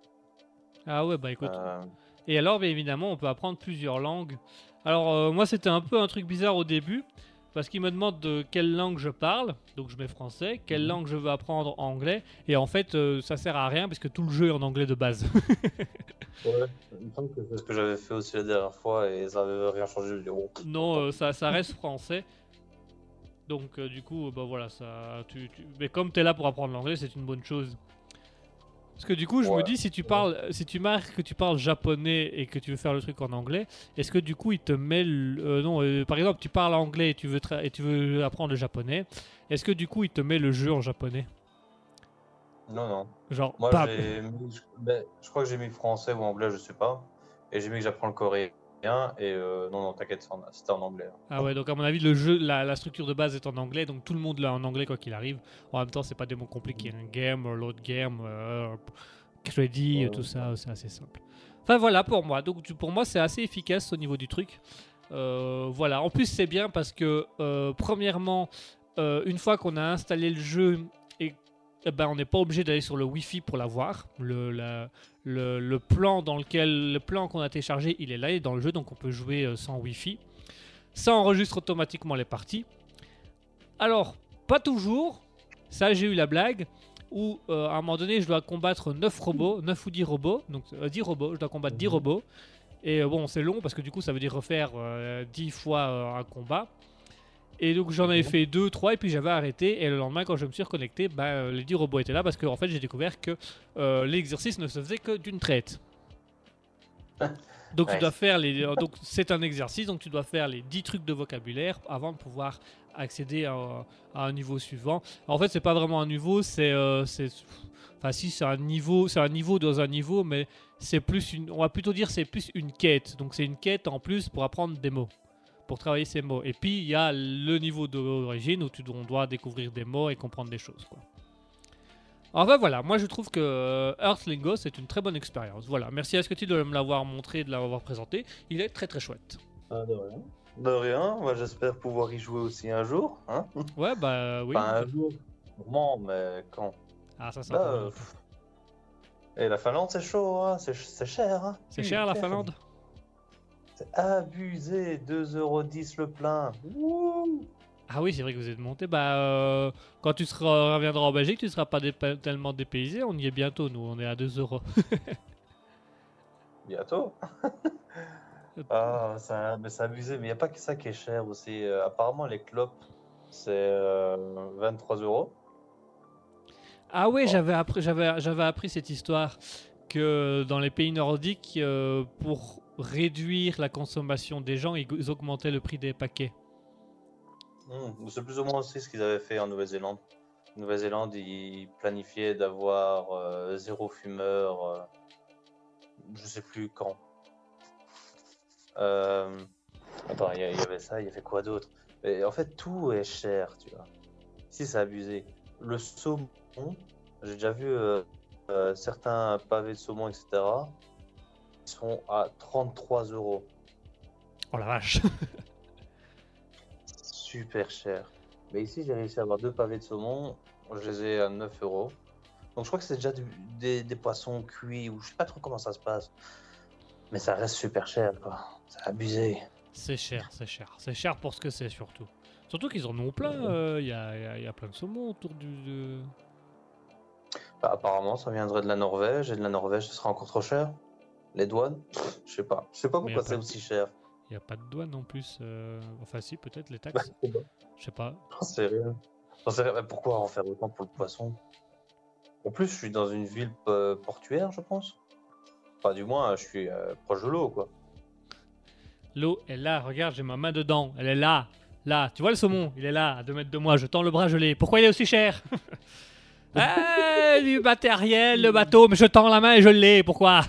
Ah ouais, bah écoute. Euh, Et alors, bien évidemment, on peut apprendre plusieurs langues. Alors, euh, moi, c'était un peu un truc bizarre au début, parce qu'il me demande de quelle langue je parle, donc je mets français, quelle Mhm. langue je veux apprendre anglais, et en fait, euh, ça sert à rien, parce que tout le jeu est en anglais de base. ouais, il me semble que c'est ce que j'avais fait aussi la dernière fois, et ça avait rien changé. Je dis, oh. non, euh, ça, ça reste français. Donc, euh, du coup, euh, bah voilà, ça. Tu, tu- Mais comme tu es là pour apprendre l'anglais, c'est une bonne chose. Parce que du coup, je me Ouais. dis, si tu parles, si tu marques que tu parles japonais et que tu veux faire le truc en anglais, est-ce que du coup, il te met, le- euh, non, euh, par exemple, tu parles anglais et tu veux tra- et tu veux apprendre le japonais, est-ce que du coup, il te met le jeu en japonais, Non, non. genre, Moi, bam. j'ai mis, je, ben, je crois que j'ai mis français ou anglais, je sais pas. Et j'ai mis que j'apprends le coréen, et euh, non, non, t'inquiète, c'est en- c'était en anglais. hein. Ah ouais, donc à mon avis, le jeu, la, la structure de base est en anglais, donc tout le monde l'a en anglais quoi qu'il arrive. En même temps, c'est pas des mots compliqués. Un game, euh, load game, euh, crédit, Ouais, tout ouais. ça, c'est assez simple. Enfin voilà pour moi. Donc tu- pour moi, c'est assez efficace au niveau du truc. Euh, voilà. En plus, c'est bien parce que euh, premièrement, euh, une fois qu'on a installé le jeu, et eh ben, on n'est pas obligé d'aller sur le Wi-Fi pour l'avoir. Le, la- le, le plan dans lequel le plan qu'on a téléchargé, il est là, il est dans le jeu, donc on peut jouer euh, sans Wi-Fi. Ça enregistre automatiquement les parties. Alors, pas toujours. Ça, j'ai eu la blague où euh, à un moment donné, je dois combattre neuf robots, neuf ou dix robots. Donc euh, dix robots, je dois combattre dix Mhm. robots. Et euh, bon, c'est long parce que du coup, ça veut dire refaire euh, dix fois euh, un combat. Et donc j'en avais Mhm. fait deux, trois, et puis j'avais arrêté. Et le lendemain, quand je me suis reconnecté, bah, euh, les dix robots étaient là parce que en fait, j'ai découvert que euh, l'exercice ne se faisait que d'une traite. Donc tu Ouais. dois faire les, euh, donc c'est un exercice, donc tu dois faire les dix trucs de vocabulaire avant de pouvoir accéder à, à un niveau suivant. En fait, c'est pas vraiment un niveau, c'est, euh, c'est, enfin si c'est un niveau, c'est un niveau dans un niveau, mais c'est plus une, on va plutôt dire c'est plus une quête. Donc c'est une quête en plus pour apprendre des mots, pour travailler ces mots. Et puis il y a le niveau d'origine où tu, on doit découvrir des mots et comprendre des choses, quoi. Enfin voilà, moi je trouve que euh, Earthlingo c'est une très bonne expérience. Voilà, merci à Scotty de me l'avoir montré, de l'avoir présenté. Il est très très chouette. Ah, de rien. De rien, moi j'espère pouvoir y jouer aussi un jour. Hein, Ouais, bah oui. enfin, un jour, sûrement, mais quand? Ah, ça, c'est Là, encore euh, autre. pff. Et la Finlande, c'est chaud, hein, c'est ch- c'est cher. Hein. C'est cher la Putain, Finlande? c'est abusé, deux euros dix le plein. Wouh. Ah oui, c'est vrai que vous êtes monté. Bah, euh, quand tu seras, reviendras en Belgique, tu seras pas dépa- tellement dépaysé. On y est bientôt, nous. On est à deux euros. Bientôt. Ah, ça, mais c'est abusé, mais il n'y a pas que ça qui est cher aussi. Euh, apparemment, les clopes, c'est euh, vingt-trois euros. Ah oui, Oh. j'avais appris, j'avais, j'avais appris cette histoire que dans les pays nordiques, euh, pour réduire la consommation des gens, ils ils augmentaient le prix des paquets. Hmm, c'est plus ou moins aussi ce qu'ils avaient fait en Nouvelle-Zélande. Nouvelle-Zélande, ils planifiaient d'avoir euh, zéro fumeur, euh, je sais plus quand. Euh, Attends, il y, a- il y avait ça, il y avait quoi d'autre? Et en fait, tout est cher, tu vois. Ici, c'est abusé. Le saumon, j'ai déjà vu euh, euh, certains pavés de saumon, et cetera. Ils sont à trente-trois euros. Oh la vache. Super cher. Mais ici, j'ai réussi à avoir deux pavés de saumon. Je les ai à neuf euros. Donc, je crois que c'est déjà du- des, des poissons cuits ou je sais pas trop comment ça se passe. Mais ça reste super cher, quoi. C'est abusé. C'est cher, c'est cher. C'est cher pour ce que c'est surtout. Surtout qu'ils en ont plein. euh, Il y, a, il y a- il y a plein de saumons autour du... de- Bah, apparemment, ça viendrait de la Norvège et de la Norvège, ce sera encore trop cher. Les douanes, pff, je sais pas. Je sais pas Mais y a pourquoi pas c'est de- aussi cher. Il n'y a pas de douane en plus. euh, Enfin si, peut-être les taxes. Je sais pas. J'en sais rien. J'en sais rien. Mais pourquoi en faire autant pour le poisson? En plus, je suis dans une ville euh, portuaire, je pense. Enfin, du moins, je suis euh, proche de l'eau, quoi. L'eau est là, regarde, j'ai ma main dedans. Elle est là. Là, tu vois le saumon? Il est là, à deux mètres de moi. Je tends le bras, je l'ai. Pourquoi il est aussi cher? Ah, du matériel, le bateau, mais je tends la main et je l'ai. Pourquoi?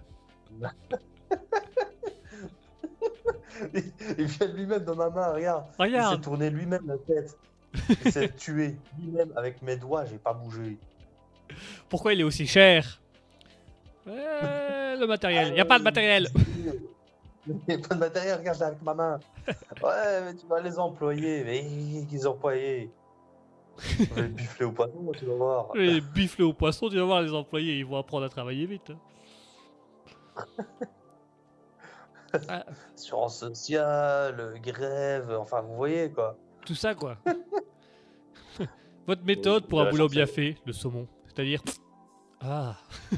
Il vient lui-même dans ma main, regarde. Il Regarde. s'est tourné lui-même la tête. Il s'est tué lui-même avec mes doigts, j'ai pas bougé. Pourquoi il est aussi cher? Euh, le matériel. Il n'y a pas de matériel. Il n'y a pas de matériel, regarde, j'ai avec ma main. Ouais, mais tu vas les employer. Mais qu'ils employés. On va les bifler au poisson, tu vas voir. Les bifler au poisson, tu vas voir les employés, ils vont apprendre à travailler vite. Ah, Assurance sociale, grève, enfin, vous voyez quoi. tout ça quoi. Votre méthode pour un de la boulot bien chance. fait, le saumon. C'est-à-dire... Ah,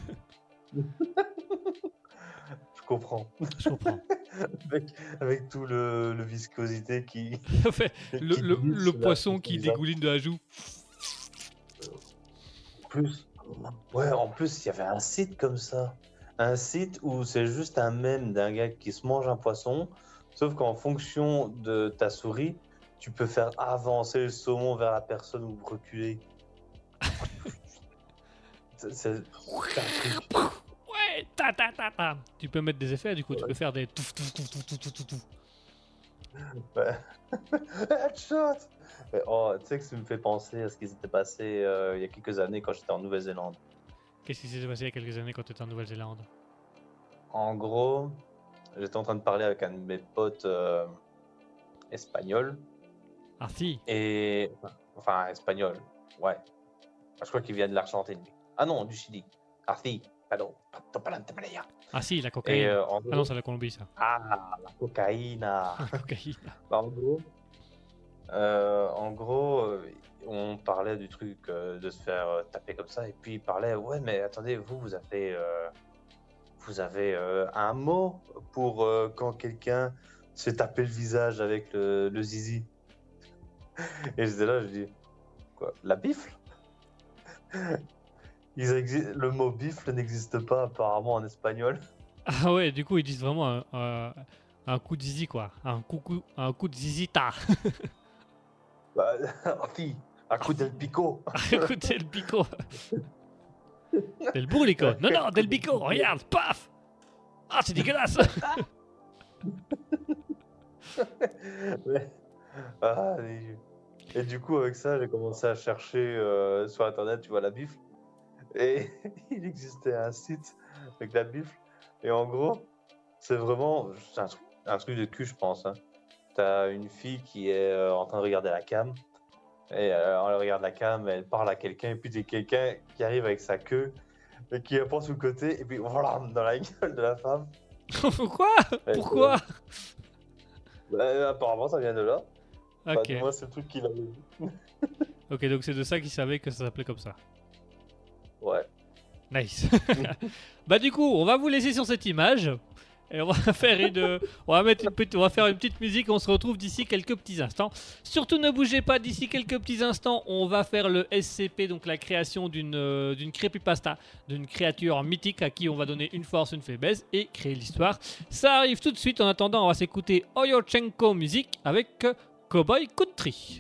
Je comprends. je comprends. Avec, avec tout le, le viscosité qui. Fait, le qui le- glisse le là, poisson sur qui le visage. dégouline de la joue. En plus. Ouais, en plus, il y avait un site comme ça. Un site où c'est juste un mème d'un gars qui se mange un poisson, sauf qu'en fonction de ta souris, tu peux faire avancer le saumon vers la personne ou reculer. C'est c'est- c'est un truc. Ouais, ta ta ta ta. Tu peux mettre des effets, du coup, tu peux faire des touf touf touf touf touf touf touf, touf. Ouais. Headshot! Mais, oh, tu sais que ça me fait penser à ce qui s'était passé euh, il y a quelques années quand j'étais en Nouvelle-Zélande. Qu'est-ce qui s'est passé il y a quelques années quand tu étais en Nouvelle-Zélande? En gros, j'étais en train de parler avec un de mes potes euh, espagnols. Ah si. Et. Enfin, espagnol, ouais. Je crois qu'il vient de l'Argentine. lui. Ah non, du Chili. Ah si, pardon. Ah si, la cocaïne. Et euh, en Ah gros. non, c'est la Colombie ça. Ah, la cocaïne. La cocaïne. Bah, en gros, euh, en gros, euh, on parlait du truc euh, de se faire euh, taper comme ça, et puis il parlait, ouais, mais attendez, vous, vous avez, euh, vous avez euh, un mot pour euh, quand quelqu'un se fait taper le visage avec le, le zizi. Et j'étais là, je dis, quoi, la bifle? Ils exi- Le mot bifle n'existe pas apparemment en espagnol. Ah ouais, du coup, ils disent vraiment un, un- un coup de zizi quoi. Un coup, coup- un coup de zizita. Bah, ah, si, un coup del pico. Un coup del bico. Del burlico. Non, non, del bico. Regarde, paf. Ah, c'est dégueulasse. Ouais. Ah, et... et du coup, avec ça, j'ai commencé à chercher euh, sur internet, tu vois, la bifle. Et il existait un site avec la bifle. Et en gros, c'est vraiment c'est un, truc- un truc de cul, je pense. Hein. t'as une fille qui est euh, en train de regarder la cam. Et euh, elle regarde la cam, elle parle à quelqu'un, et puis c'est quelqu'un qui arrive avec sa queue, et qui la prend sous le côté, et puis voilà, dans la gueule de la femme. Pourquoi Ouais, Pourquoi Bah, apparemment, ça vient de là. Enfin, Ok. moi, c'est le truc qu'il avait vu. Ok, donc c'est de ça qu'il savait que ça s'appelait comme ça. Ouais. Nice. Bah du coup, on va vous laisser sur cette image. Et on va faire une, on va mettre une petite, on va faire une petite musique. On se retrouve d'ici quelques petits instants. Surtout ne bougez pas. D'ici quelques petits instants, on va faire le S C P, donc la création d'une euh, d'une creepypasta, d'une créature mythique à qui on va donner une force, une faiblesse et créer l'histoire. Ça arrive tout de suite. En attendant, on va s'écouter Oyochenko Music avec euh, Cowboy Country.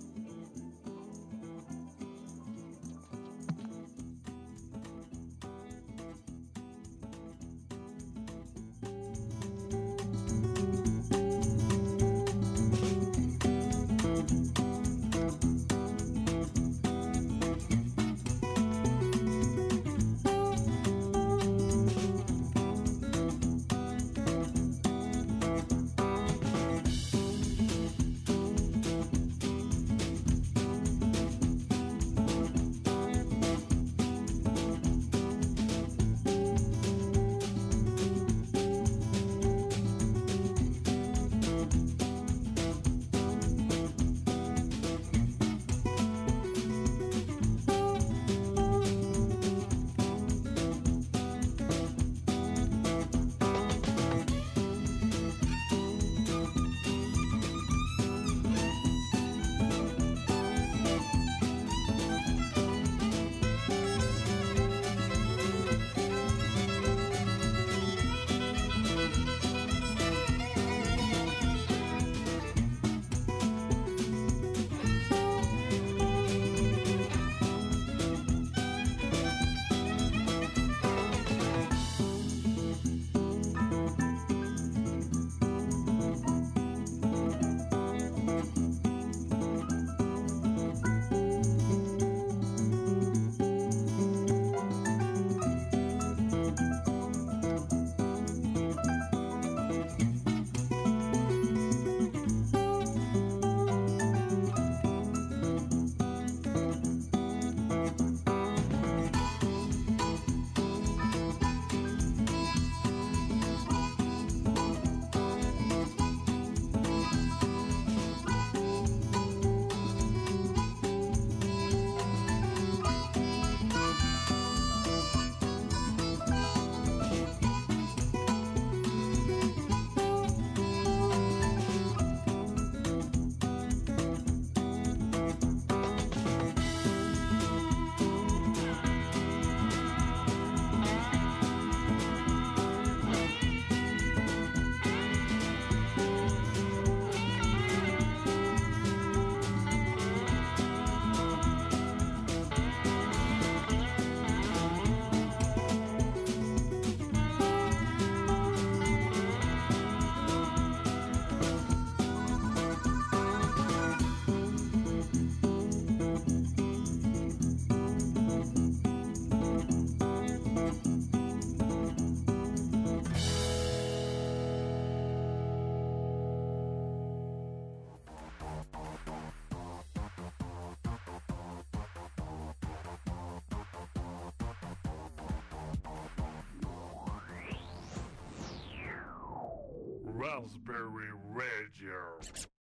Raspberry Radio.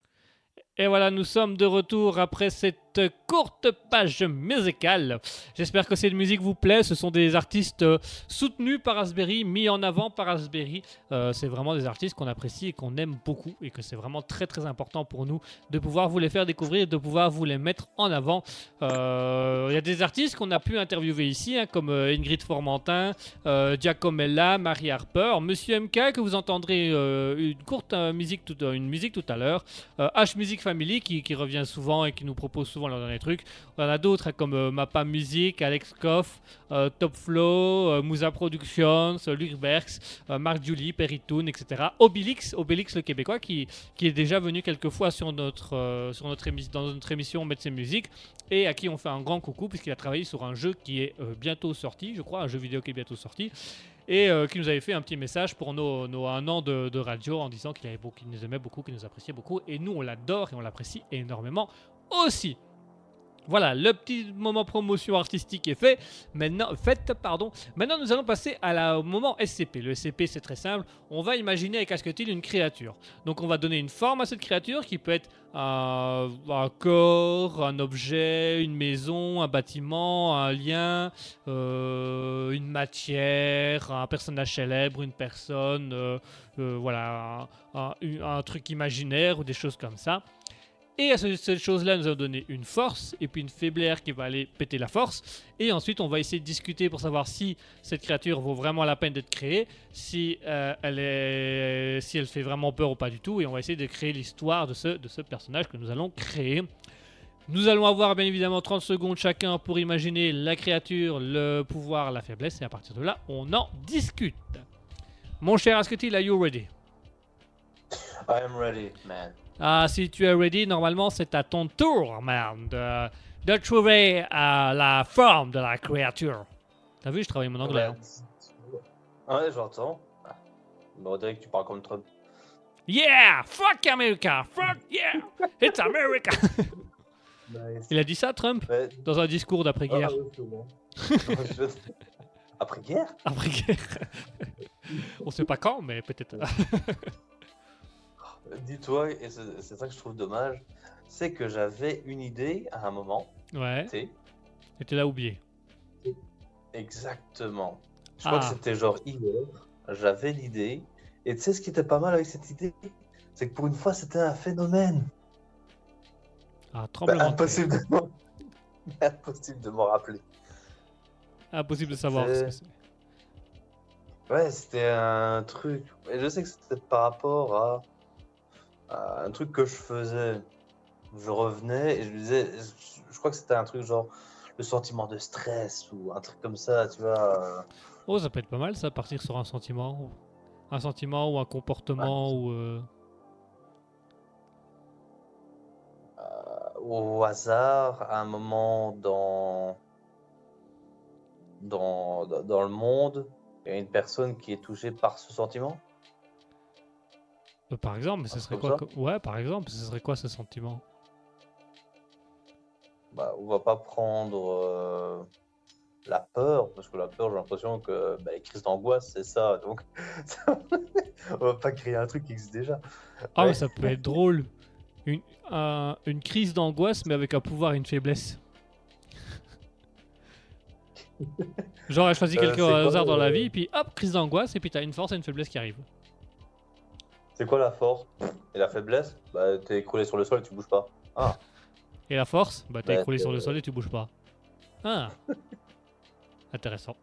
Et voilà, nous sommes de retour après cette courte page musicale. J'espère que cette musique vous plaît. Ce sont des artistes euh, soutenus par Raspberry, mis en avant par Raspberry. Euh, c'est vraiment des artistes qu'on apprécie et qu'on aime beaucoup et que c'est vraiment très très important pour nous de pouvoir vous les faire découvrir et de pouvoir vous les mettre en avant. Euh, Il y a des artistes qu'on a pu interviewer ici, hein, comme euh, Ingrid Formentin, euh, Giacomella, Marie Harper, Monsieur M K, que vous entendrez euh, une courte euh, musique, tout, euh, une musique tout à l'heure, euh, H Music Family qui, qui revient souvent et qui nous propose souvent leurs derniers trucs. On en a d'autres hein, comme euh, Mappa Music, Alex Koff, euh, Top Flow, euh, Musa Productions, euh, Luc Berks, euh, Marc Julie, Peritoon, et cetera. Obélix, Obélix le Québécois qui, qui est déjà venu quelques fois sur notre, euh, sur notre émi- dans notre émission Mettre ses musiques et à qui on fait un grand coucou puisqu'il a travaillé sur un jeu qui est euh, bientôt sorti, je crois, un jeu vidéo qui est bientôt sorti. et euh, qui nous avait fait un petit message pour nos, nos un an de, de radio en disant qu'il avait beaucoup, qu'il nous aimait beaucoup, qu'il nous appréciait beaucoup. Et nous, on l'adore et on l'apprécie énormément aussi. Voilà, le petit moment promotion artistique est fait. Maintenant, fait, pardon. Maintenant, nous allons passer à la, au moment S C P. Le S C P, c'est très simple. On va imaginer avec Asketil une créature. Donc, on va donner une forme à cette créature qui peut être un, un corps, un objet, une maison, un bâtiment, un lien, euh, une matière, un personnage célèbre, une personne, euh, euh, voilà, un, un, un truc imaginaire ou des choses comme ça. Et à ce- cette chose-là, nous allons donner une force et puis une faiblesse qui va aller péter la force. Et ensuite, on va essayer de discuter pour savoir si cette créature vaut vraiment la peine d'être créée, si, euh, elle est, si elle fait vraiment peur ou pas du tout. Et on va essayer de créer l'histoire de ce, de ce personnage que nous allons créer. Nous allons avoir bien évidemment trente secondes chacun pour imaginer la créature, le pouvoir, la faiblesse. Et à partir de là, on en discute. Mon cher Asketil, are you ready? I am ready, man. Ah, si tu es ready, normalement c'est à ton tour, man, de, de trouver euh, la forme de la créature. T'as vu, je travaille mon anglais. Hein. Ouais, j'entends. Ah. Bon, on dirait que tu parles comme Trump. Yeah! Fuck America! Fuck yeah! It's America! Nice. Il a dit ça, Trump, Ouais. dans un discours d'après-guerre. Ah, ouais, c'est bon. Après-guerre? Après-guerre. On sait pas quand, mais peut-être. Dis-toi, et c'est c'est ça que je trouve dommage, c'est que j'avais une idée à un moment, Ouais, tu sais, et tu l'as oublié. exactement. Je crois Ah. que c'était genre hier, j'avais l'idée, et tu sais ce qui était pas mal avec cette idée? C'est que pour une fois, c'était un phénomène. Ah, Bah, tremblement de terre. impossible de m'en- impossible de m'en rappeler. Impossible de savoir ce que c'est. Ouais, c'était un truc, et je sais que c'était par rapport à, à un truc que je faisais. Je revenais et je me disais, je, je crois que c'était un truc genre le sentiment de stress ou un truc comme ça, tu vois. euh, Oh, ça peut être pas mal, ça, partir sur un sentiment. ou- Un sentiment ou un comportement ou. euh, au hasard, à un moment dans, dans, dans dans le monde, il y a une personne qui est touchée par ce sentiment. Euh, par exemple, mais ce Un serait truc quoi comme co- Ouais, par exemple, ce serait quoi ce sentiment? Bah, on va pas prendre euh, la peur, parce que la peur, j'ai l'impression que bah, les crises d'angoisse, c'est ça. Donc, on va pas créer un truc qui existe déjà. Ah, Ouais. mais ça peut être drôle. Une, un- une crise d'angoisse, mais avec un pouvoir et une faiblesse. Genre, elle choisit Euh, quelqu'un c'est au quoi, hasard dans la euh, vie, puis hop, crise d'angoisse, et puis t'as une force et une faiblesse qui arrivent. C'est quoi la force et la faiblesse? Bah, t'es écroulé sur le sol et tu bouges pas. Ah, Et la force, bah t'es Bah, écroulé sur le euh, sol et tu bouges pas. Ah, intéressant.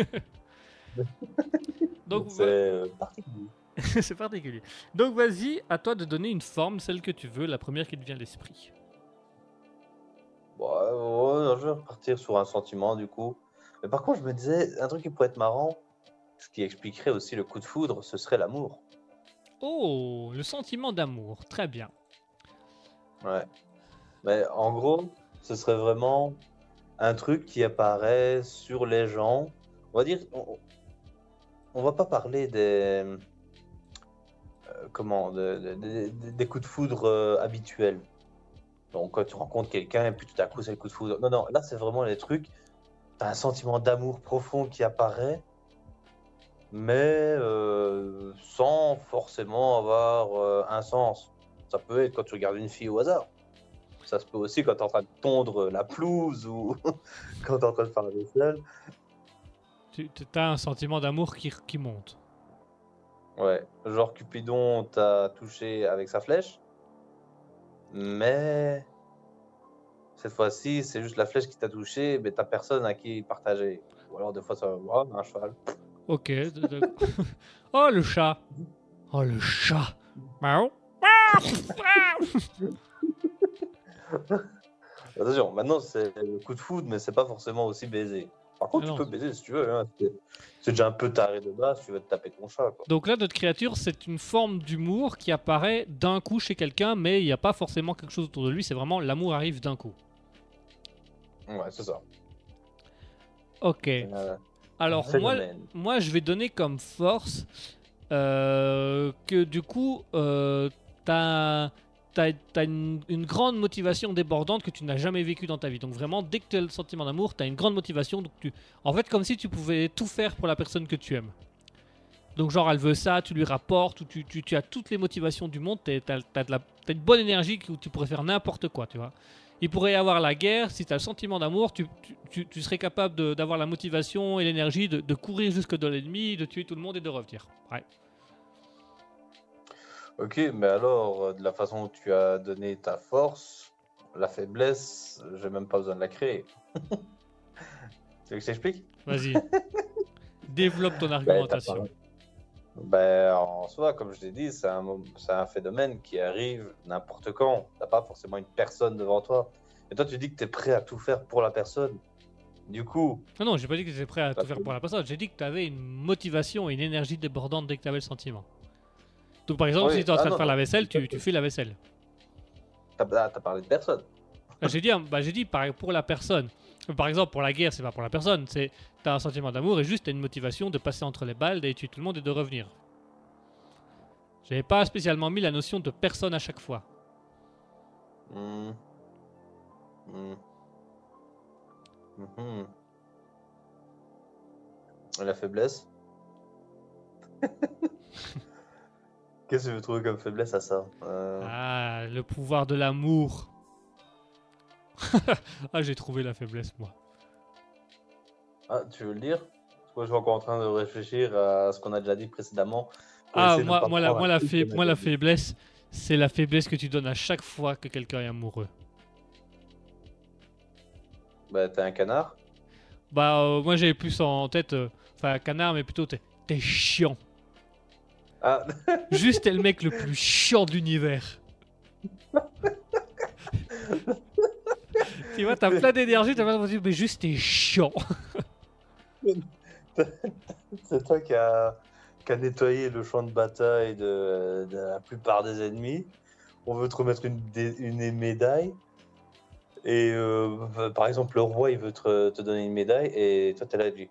Donc, c'est euh, particulier. c'est particulier. Donc, vas-y, à toi de donner une forme, celle que tu veux, la première qui te vient à l'esprit. Bon, ouais, ouais, je vais repartir sur un sentiment du coup. Mais par contre, je me disais, un truc qui pourrait être marrant, ce qui expliquerait aussi le coup de foudre, ce serait l'amour. Oh, le sentiment d'amour, très bien. Ouais. Mais en gros, ce serait vraiment un truc qui apparaît sur les gens. On va dire, on, on va pas parler des, euh, comment, de- de- de- de- des coups de foudre euh, habituels. Donc quand tu rencontres quelqu'un et puis tout à coup c'est le coup de foudre. Non, non, là c'est vraiment les trucs. T'as un sentiment d'amour profond qui apparaît, mais euh, sans forcément avoir euh, un sens. Ça peut être quand tu regardes une fille au hasard. Ça se peut aussi quand tu es en train de tondre la pelouse ou quand tu es en train de faire la vaisselle. Tu as un sentiment d'amour qui, qui monte. Ouais, genre Cupidon t'a touché avec sa flèche, mais cette fois-ci, c'est juste la flèche qui t'a touché, mais t'as personne à qui partager. Ou alors des fois, ça va voir un cheval. Ok. de- de- oh, le chat. Oh, le chat. Miaou. Attention, maintenant c'est le coup de foudre, mais c'est pas forcément aussi baiser. Par contre, Ah tu non. peux baiser si tu veux. Hein. C'est c'est déjà un peu taré de base, tu veux te taper ton chat. Quoi. Donc là, notre créature, c'est une forme d'humour qui apparaît d'un coup chez quelqu'un, mais il n'y a pas forcément quelque chose autour de lui, c'est vraiment l'amour arrive d'un coup. Ouais, c'est ça. Ok. Euh, Alors, moi, Phénomène. moi, je vais donner comme force euh, que du coup, euh, t'as t'as, t'as une, une grande motivation débordante que tu n'as jamais vécue dans ta vie. Donc vraiment, dès que tu as le sentiment d'amour, tu as une grande motivation. Donc tu... En fait, comme si tu pouvais tout faire pour la personne que tu aimes. Donc genre, elle veut ça, tu lui rapportes, ou tu, tu, tu as toutes les motivations du monde, tu as, une bonne énergie où tu pourrais faire n'importe quoi, tu vois. Il pourrait y avoir la guerre, si tu as le sentiment d'amour, tu, tu, tu, tu serais capable de- d'avoir la motivation et l'énergie de, de courir jusque dans l'ennemi, de tuer tout le monde et de revenir. Ouais. Ok, mais alors, euh, de la façon où tu as donné ta force, la faiblesse, j'ai même pas besoin de la créer. Tu veux que je t'explique? Vas-y. Développe ton Ben, t'as argumentation. parlé- Ben, en soi, comme je l'ai dit, c'est un, mom- c'est un phénomène qui arrive n'importe quand. T'as pas forcément une personne devant toi. Et toi, tu dis que tu es prêt à tout faire pour la personne. Du coup, Non, non, j'ai pas dit que tu étais prêt à Bah, tout faire faut- pour la personne. J'ai dit que tu avais une motivation et une énergie débordante dès que tu avais le sentiment. Donc par exemple, Oui, si tu es en train ah de non, faire la non, vaisselle, tout à tu, tu fait. fais la vaisselle. t'as ah, t'as parlé de personne. Ah, J'ai dit, hein, bah, j'ai dit par- pour la personne. Par exemple, pour la guerre, c'est pas pour la personne. C'est t'as un sentiment d'amour et juste t'as une motivation de passer entre les balles, d'aller tuer tout le monde et de revenir. J'avais pas spécialement mis la notion de personne à chaque fois. Hmm. Hmm. Mhm. La faiblesse. Qu'est-ce que tu veux trouver comme faiblesse à ça? Euh, Ah, le pouvoir de l'amour. Ah, j'ai trouvé la faiblesse, moi. Ah, tu veux le dire? Parce que moi, je suis encore en train de réfléchir à ce qu'on a déjà dit précédemment. pour Ah, essayer de moi, pas moi, la, prendre moi, un la, truc fai- qu'on a moi, la déjà dit. faiblesse, c'est la faiblesse que tu donnes à chaque fois que quelqu'un est amoureux. Bah, t'es un canard? Bah, euh, moi, j'avais plus en tête, euh, enfin, canard, mais plutôt, t'es t'es chiant. Ah, Juste, t'es le mec le plus chiant de l'univers. Tu vois, t'as plein d'énergie, t'as plein de dire, mais juste, t'es chiant. c'est toi qui a, qui a nettoyé le champ de bataille de, de la plupart des ennemis. On veut te remettre une, dé- une médaille. Et euh, par exemple, le roi, il veut te, te donner une médaille. Et toi, t'es là, il dit.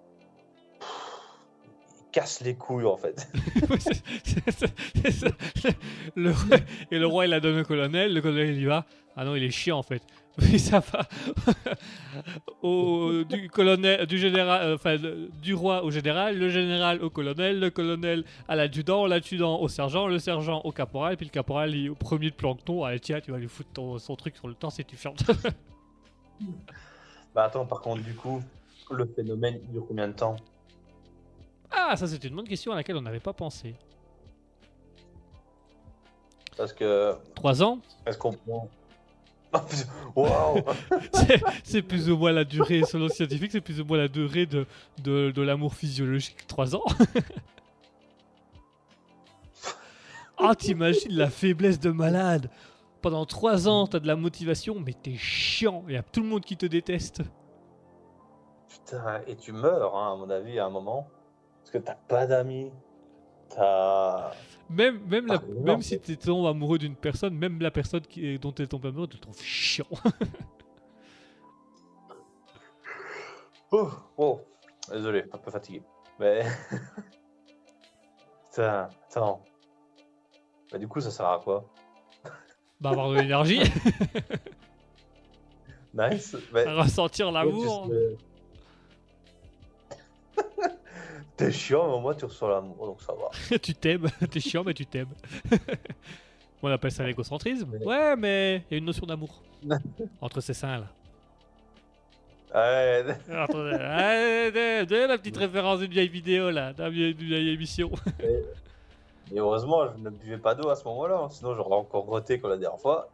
Il casse les couilles, en fait. Ouais, c'est- c'est- c'est- c'est ça. Le roi- et le roi, il la donne au colonel, le colonel, il y va. Ah non, il est chiant, en fait. Mais ça va. Au, du colonel, du général, euh, enfin, le- du roi au général, le général au colonel, le colonel à l'adjudant, l'adjudant au sergent, le sergent au caporal, puis le caporal il est au premier de plancton. Allez, tiens, tu vas lui foutre ton- son truc sur le temps si tu chantes. Bah attends, par contre, du coup, le phénomène il dure combien de temps? Ah, ça, c'est une bonne question à laquelle on n'avait pas pensé. Parce que, Trois ans, est-ce qu'on prend. Waouh! c'est c'est plus ou moins la durée, selon le scientifique, c'est plus ou moins la durée de, de, de l'amour physiologique. Trois ans. Ah, t'imagines la faiblesse de malade. Pendant trois ans, t'as de la motivation, mais t'es chiant. Il y a tout le monde qui te déteste. Putain, et tu meurs, hein, à mon avis, à un moment. Parce que t'as pas d'amis. T'as. Même, même, la- Ah, non, même mais- si tu tombes amoureux d'une personne, même la personne qui est- dont tu tombes amoureux te trouve chiant. Oh, oh. Désolé, un peu fatigué. Mais. Putain, attends. Bah, du coup, ça sert à quoi? Bah, avoir de l'énergie, Nice. Mais... ressentir l'amour. T'es chiant, mais au moins tu reçois l'amour, donc ça va. Tu t'aimes, t'es chiant, mais tu t'aimes. On appelle ça l'égocentrisme. Ouais, mais il y a une notion d'amour entre ces seins là. Ouais, Entre- Ouais, de- de la petite référence d'une vieille vidéo là, d'une vieille, d'une vieille émission. et heureusement, je ne buvais pas d'eau à ce moment-là, hein, sinon j'aurais encore roté comme la dernière fois.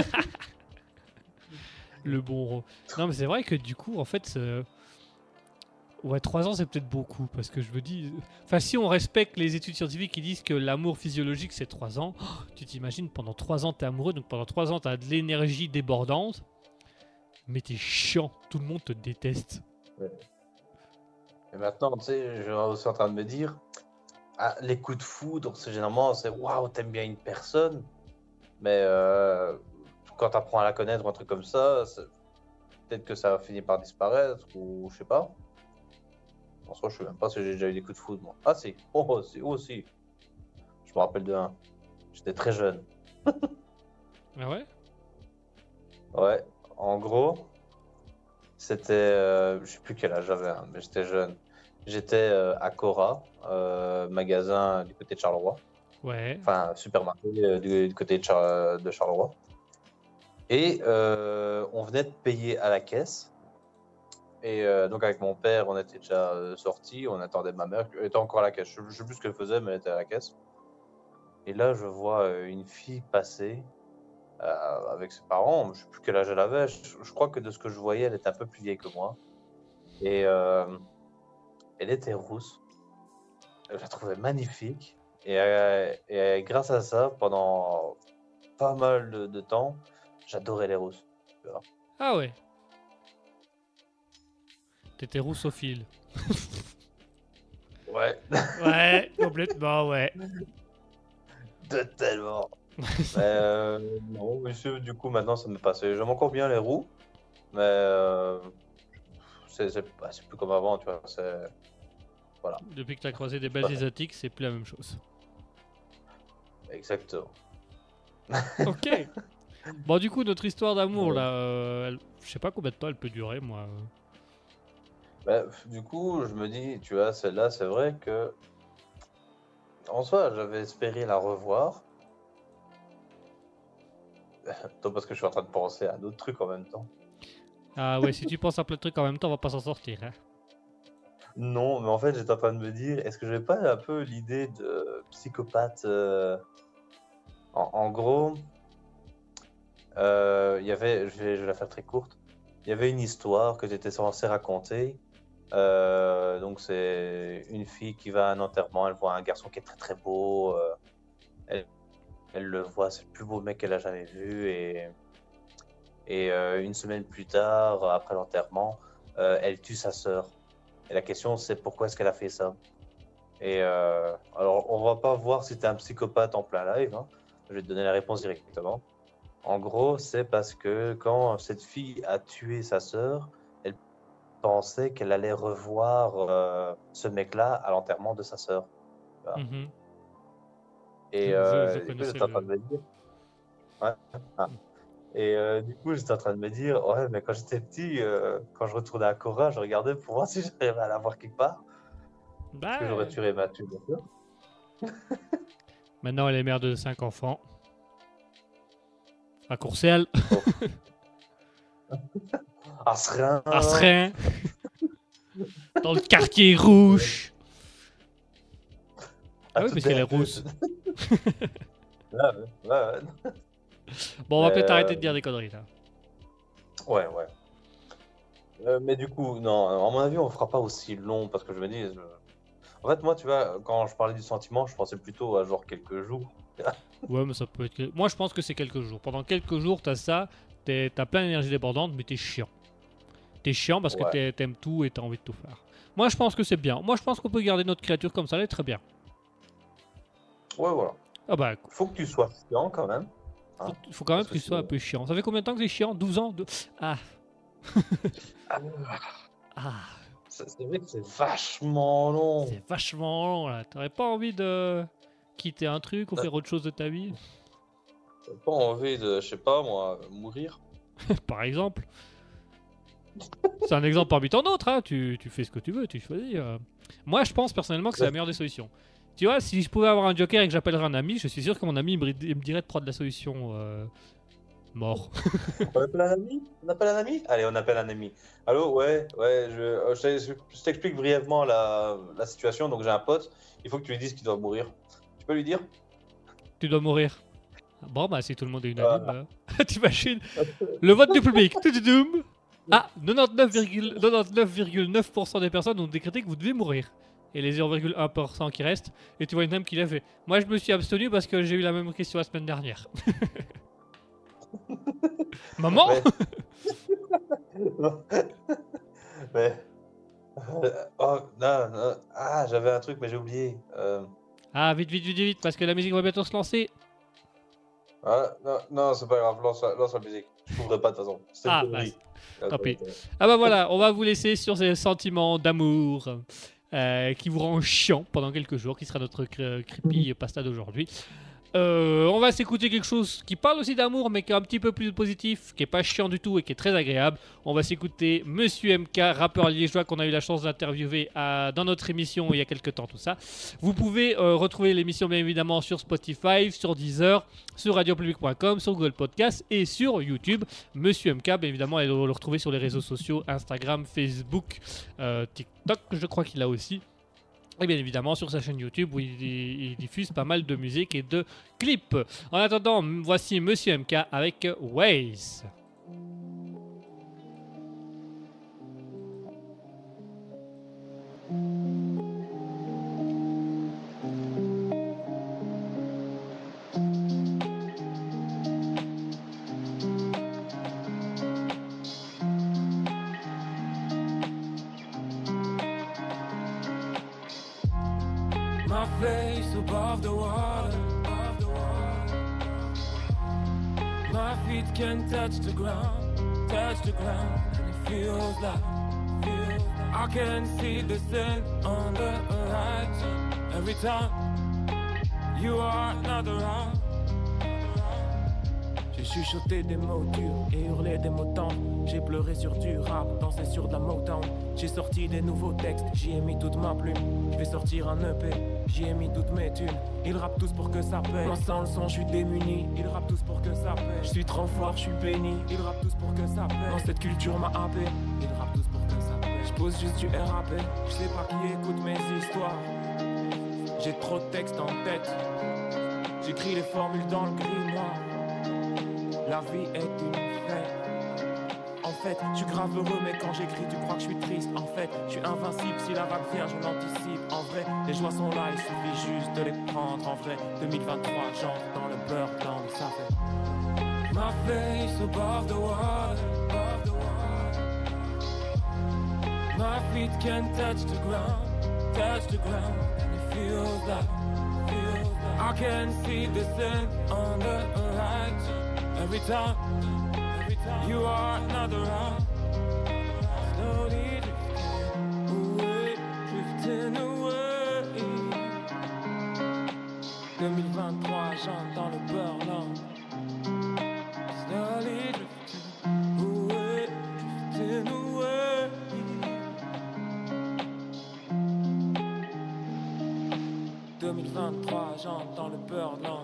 Le bon ro- Non, mais c'est vrai que du coup, en fait, ce- ouais, trois ans c'est peut-être beaucoup parce que je me dis. Enfin, si on respecte les études scientifiques qui disent que l'amour physiologique c'est trois ans, oh, tu t'imagines pendant trois ans t'es amoureux, donc pendant trois ans t'as de l'énergie débordante, mais t'es chiant, tout le monde te déteste. Et maintenant, tu sais, je suis aussi en train de me dire, ah, les coups de foudre, c'est généralement, c'est waouh, t'aimes bien une personne, mais euh, quand t'apprends à la connaître ou un truc comme ça, c'est- peut-être que ça va finir par disparaître ou je sais pas. En soi, je sais même pas si j'ai déjà eu des coups de foudre, moi. Ah si, oh, oh si, oh si. Je me rappelle de un. J'étais très jeune. Ah ouais? Ouais, en gros, c'était, euh, je sais plus quel âge j'avais, hein, mais j'étais jeune. J'étais euh, à Cora, euh, magasin du côté de Charleroi, Ouais. enfin supermarché euh, du, du côté de, Char- de Charleroi. Et euh, on venait de payer à la caisse. Et euh, donc avec mon père, on était déjà euh, sortis, on attendait ma mère, elle était encore à la caisse. Je, je sais plus ce qu'elle faisait, mais elle était à la caisse. Et là, je vois euh, une fille passer. Euh, avec ses parents, je sais plus quel âge elle avait, je, je crois que de ce que je voyais, elle était un peu plus vieille que moi. Et euh, elle était rousse. Je la trouvais magnifique. Et, euh, et euh, grâce à ça, pendant pas mal de, de temps, j'adorais les rousses. Ah ouais. T'étais roussophile. Ouais, Ouais, complètement, ouais. de tellement. Mais euh, non, monsieur, du coup, maintenant, ça me passe. J'aime encore bien les roues, mais euh, c'est c'est- bah, c'est plus comme avant, tu vois. C'est Depuis que t'as croisé des belles asiatiques, c'est plus la même chose. exactement. Ok. Bon, du coup, notre histoire d'amour, Ouais. là, euh, elle- je sais pas combien de temps elle peut durer, moi. Bah, f- du coup, je me dis, tu vois, celle-là, c'est vrai que, en soi, j'avais espéré la revoir. Toi, parce que je suis en train de penser à d'autres trucs en même temps. Ah ouais, si tu penses à plein de trucs en même temps, on va pas s'en sortir. Hein. Non, mais en fait, j'étais en train de me dire, est-ce que j'ai pas un peu l'idée de psychopathe euh, en, en gros, euh, il y avait, je vais, je vais la faire très courte, il y avait une histoire que j'étais censé raconter. Euh, donc, c'est une fille qui va à un enterrement, elle voit un garçon qui est très très beau. euh, elle, elle le voit, c'est le plus beau mec qu'elle a jamais vu. Et, et euh, une semaine plus tard, après l'enterrement, euh, elle tue sa sœur. Et la question, c'est pourquoi est-ce qu'elle a fait ça? Et euh, alors, on va pas voir si t'es un psychopathe en plein live, hein. Je vais te donner la réponse directement. En gros, c'est parce que quand cette fille a tué sa sœur, elle pensait qu'elle allait revoir euh, ce mec-là à l'enterrement de sa sœur. Mhm. Et Je- euh, je du coup, connaissais j'étais en train le- de me dire. Ouais. Ah. Et euh, du coup, j'étais en train de me dire, ouais, mais quand j'étais petit, euh, quand je retournais à Cora, je regardais pour voir si j'arrivais à la voir quelque part. Parce que Bah, j'aurais tué ma tué, bien sûr. maintenant, elle est mère de cinq enfants. À Courcelles, À Serein. à Seraing, dans le quartier rouge. Ah oui, parce qu'elle est rousse. Ouais, ouais, ouais. Bon, on va Euh, peut-être arrêter de dire des conneries là. Ouais, ouais. Euh, mais du coup, non, à mon avis, on fera pas aussi long parce que je me dis. je- En fait, moi, tu vois, quand je parlais du sentiment, je pensais plutôt à genre quelques jours. Ouais, mais ça peut être. Moi, je pense que c'est quelques jours. Pendant quelques jours, t'as ça, t'es- t'as plein d'énergie débordante, mais t'es chiant. T'es chiant parce que Ouais. t'es- t'aimes tout et t'as envie de tout faire. Moi, je pense que c'est bien. Moi, je pense qu'on peut garder notre créature comme ça, elle est très bien. Ouais, voilà. Ah bah, Faut que tu sois chiant quand même. faut, Hein, faut quand même parce que que tu sois un sinon- peu chiant. Ça fait combien de temps que c'est chiant? douze ans de... Ah. Ah. C'est c'est vrai que c'est vachement long. C'est vachement long là. T'aurais pas envie de quitter un truc ou Bah. faire autre chose de ta vie? J'ai pas envie de, je sais pas moi, mourir. Par exemple. C'est un exemple parmi tant d'autres, hein. tu, tu fais ce que tu veux, tu choisis. euh. Moi, je pense personnellement que c'est la meilleure des solutions. Tu vois, si je pouvais avoir un joker et que j'appellerais un ami, je suis sûr que mon ami il me, il me dirait de prendre la solution euh, mort. On appelle un ami? On appelle un ami? Allez, on appelle un ami. Allô, ouais, ouais, je, euh, je t'ex- je t'explique brièvement la, la situation. Donc, j'ai un pote, il faut que tu lui dises qu'il doit mourir. Tu peux lui dire? Tu dois mourir. Bon, bah, si tout le monde est unanime, Voilà. bah, t'imagines le vote du public. Tududum. Ah, quatre-vingt-dix-neuf virgule neuf pour cent des personnes ont décrété que vous devez mourir. Et les zéro virgule un pour cent qui restent, et tu vois une dame qui l'a fait. Moi, je me suis abstenu parce que j'ai eu la même question la semaine dernière. Maman Mais. mais... euh, oh, non, non. Ah, j'avais un truc, mais j'ai oublié. Euh, Ah, vite, vite, vite, vite, parce que la musique va bientôt se lancer. Ah, non, non, c'est pas grave, lance, la- lance la musique. Je trouverai pas de toute façon. C'est Ah, une connerie. Tant pis. Ah bah voilà, on va vous laisser sur ces sentiments d'amour. euh, qui vous rend chiant pendant quelques jours, qui sera notre cre- creepy pasta d'aujourd'hui. Euh, on va s'écouter quelque chose qui parle aussi d'amour, mais qui est un petit peu plus positif, qui est pas chiant du tout et qui est très agréable. On va s'écouter Monsieur M K, rappeur liégeois qu'on a eu la chance d'interviewer à- dans notre émission il y a quelques temps, tout ça. Vous pouvez euh, retrouver l'émission bien évidemment sur Spotify, sur Deezer, sur radio public point com, sur Google Podcast et sur YouTube. Monsieur M K, bien évidemment, allez le retrouver sur les réseaux sociaux, Instagram, Facebook, euh, TikTok, je crois qu'il a aussi. Et bien évidemment sur sa chaîne YouTube où il, il diffuse pas mal de musique et de clips. En attendant, m- voici Monsieur M K avec Waze. My face above the water. My feet can touch the ground, touch the ground, and it feels like, feels like I can see the sun on the horizon. Every time you are not around. J'ai chuchoté des mots durs et hurlé des mots tendres. J'ai pleuré sur du rap, dansé sur de la Motown. J'ai sorti des nouveaux textes, j'y ai mis toute ma plume. Je vais sortir un E P, j'y ai mis toutes mes thunes. Ils rappent tous pour que ça paye. Moi sans le son, je suis démuni. Ils rappent tous pour que ça paye. Je suis trop fort, je suis béni. Ils rappent tous pour que ça paye. Dans cette culture m'a happé. Ils rappent tous pour que ça paye. Je pose juste du R A P. Je sais pas qui écoute mes histoires. J'ai trop de textes en tête. J'écris les formules dans le grimoire. La vie est une fête. En fait, je suis grave heureux, mais quand j'écris, tu crois que je suis triste. En fait, je suis invincible, si la vague vient, je l'anticipe. En vrai, les joies sont là, il suffit juste de les prendre. En vrai, deux mille vingt-trois, j'entre dans le Birdland, ça fait. My face above the water, above the water. My feet can touch the ground, touch the ground, and it feels like, feels like I can see the sun on the horizon. Every time, every time you are not around. Slowly drifting away, drifting away. deux mille vingt-trois, j'entre dans le Birdland. Slowly drifting away, drifting away. deux mille vingt-trois, j'entre dans le Birdland.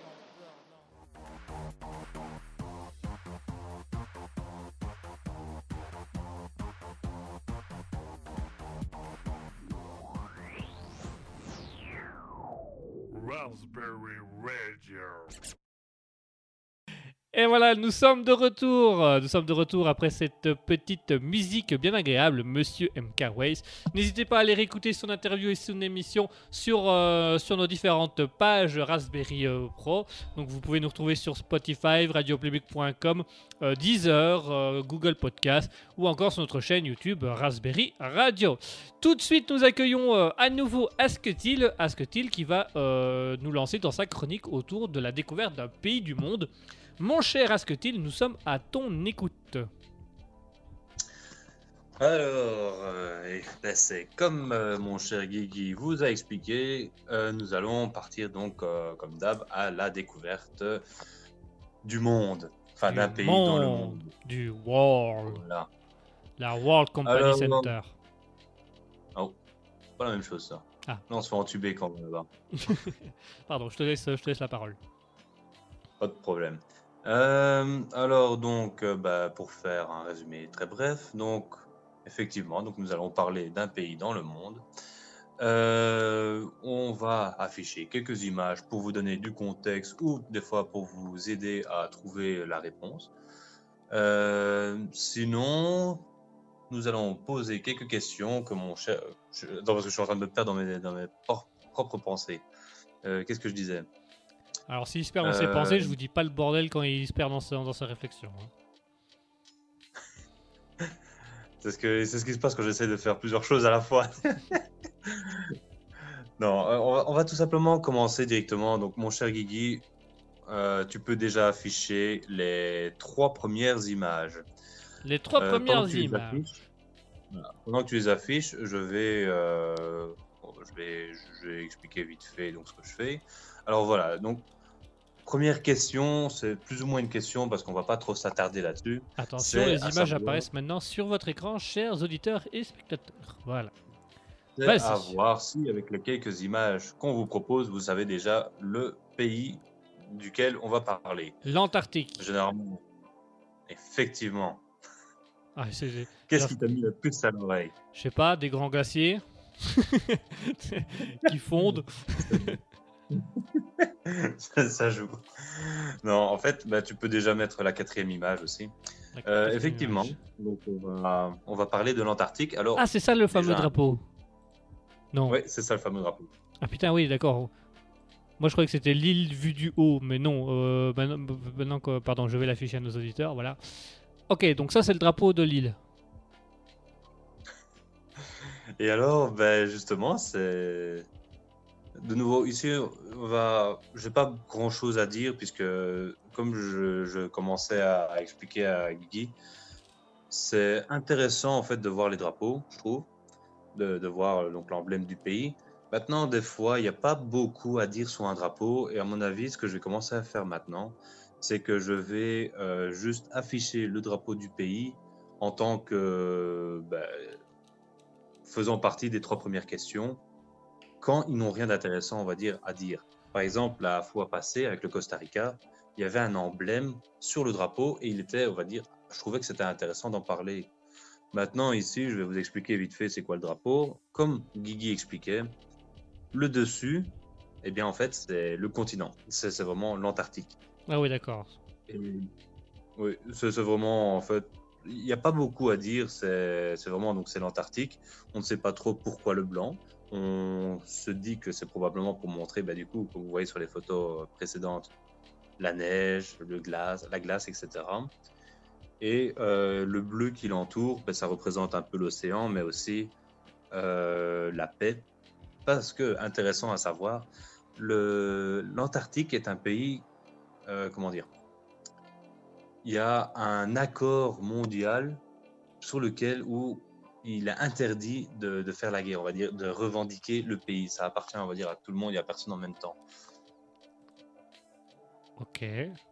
Raspberry Radio. Et voilà, nous sommes de retour. Nous sommes de retour après cette petite musique bien agréable, Monsieur M K Waze. N'hésitez pas à aller réécouter son interview et son émission sur, euh, sur nos différentes pages Raspberry euh, Pro. Donc vous pouvez nous retrouver sur Spotify, radio public point com, euh, Deezer, euh, Google Podcast ou encore sur notre chaîne YouTube Raspberry Radio. Tout de suite, nous accueillons euh, à nouveau Asketil, Asketil qui va euh, nous lancer dans sa chronique autour de la découverte d'un pays du monde. Mon cher Asketil, nous sommes à ton écoute. Alors, euh, eh ben, c'est comme euh, mon cher Guigui vous a expliqué, euh, nous allons partir donc, euh, comme d'hab, à la découverte du monde. Enfin, d'un Du pays dans le monde. Du World. Voilà. La World Company Alors, Center. Oh, c'est pas la même chose ça. Ah. Non, on se fait entuber quand on va. Pardon, je te laisse, je te laisse la parole. Pas de problème. Euh, alors donc, euh, bah, pour faire un résumé très bref, donc effectivement, donc nous allons parler d'un pays dans le monde. Euh, on va afficher quelques images pour vous donner du contexte ou des fois pour vous aider à trouver la réponse. Euh, sinon, nous allons poser quelques questions que mon cher, je, non, parce que je suis en train de me perdre dans mes, dans mes por- propres pensées. Euh, qu'est-ce que je disais? Alors, s'il se perd dans ses Euh, pensées, je vous dis pas le bordel quand il se perd dans, sa- dans ses réflexions. hein. C'est ce, que, c'est ce qui se passe quand j'essaie de faire plusieurs choses à la fois. Non, euh, on va, on va tout simplement commencer directement. Donc, mon cher Guigui, euh, tu peux déjà afficher les trois premières images. Les trois Euh, premières pendant que tu les images. affiches- Voilà. Pendant que tu les affiches, je vais, euh, bon, je vais, je vais expliquer vite fait donc ce que je fais. Alors voilà, donc première question, c'est plus ou moins une question parce qu'on va pas trop s'attarder là-dessus. Attention, C'est les à images savoir- apparaissent maintenant sur votre écran, chers auditeurs et spectateurs. Voilà. C'est Vas-y. à voir si avec les quelques images qu'on vous propose, vous savez déjà le pays duquel on va parler. L'Antarctique. Généralement, effectivement. Ah, c'est- Qu'est-ce Alors- qui t'a mis la puce à l'oreille? je sais pas, des grands glaciers qui fondent. ça, ça joue. Non, en fait, bah, tu peux déjà mettre la quatrième image aussi. La Euh, quatrième effectivement, image. donc on va, on va parler de l'Antarctique. Alors, Ah, c'est ça le fameux Déjà. drapeau. Non. ouais, c'est ça le fameux drapeau. Ah putain, oui, d'accord. Moi, je croyais que c'était l'île vue du haut, mais non. euh, maintenant, maintenant que, pardon, je vais l'afficher à nos auditeurs, voilà. Ok, donc ça, c'est le drapeau de l'île. Et alors, ben, justement, c'est de nouveau ici, on va, j'ai pas grand chose à dire puisque, comme je, je commençais à, à expliquer à Guigui, c'est intéressant en fait de voir les drapeaux, je trouve, de, de voir euh, donc l'emblème du pays. Maintenant, des fois, il n'y a pas beaucoup à dire sur un drapeau et à mon avis, ce que je vais commencer à faire maintenant, c'est que je vais euh, juste afficher le drapeau du pays en tant que ben, faisant partie des trois premières questions, quand ils n'ont rien d'intéressant, on va dire, à dire. Par exemple, la fois passée, avec le Costa Rica, il y avait un emblème sur le drapeau et il était, on va dire, je trouvais que c'était intéressant d'en parler. Maintenant, ici, je vais vous expliquer vite fait c'est quoi le drapeau. Comme Guigui expliquait, le dessus, eh bien, en fait, c'est le continent. C'est c'est vraiment l'Antarctique. Ah oui, d'accord. Et oui, c'est c'est vraiment, en fait, il n'y a pas beaucoup à dire. C'est c'est vraiment, donc c'est l'Antarctique. On ne sait pas trop pourquoi le blanc. On se dit que c'est probablement pour montrer, bah, du coup, comme vous voyez sur les photos précédentes, la neige, le glace, la glace, et cetera. Et euh, le bleu qui l'entoure, bah, ça représente un peu l'océan, mais aussi euh, la paix. Parce que, intéressant à savoir, le- l'Antarctique est un pays, euh, comment dire, il y a un accord mondial sur lequel où il est interdit de, de faire la guerre, on va dire, de revendiquer le pays. Ça appartient, on va dire, à tout le monde, il n'y a personne en même temps. Ok.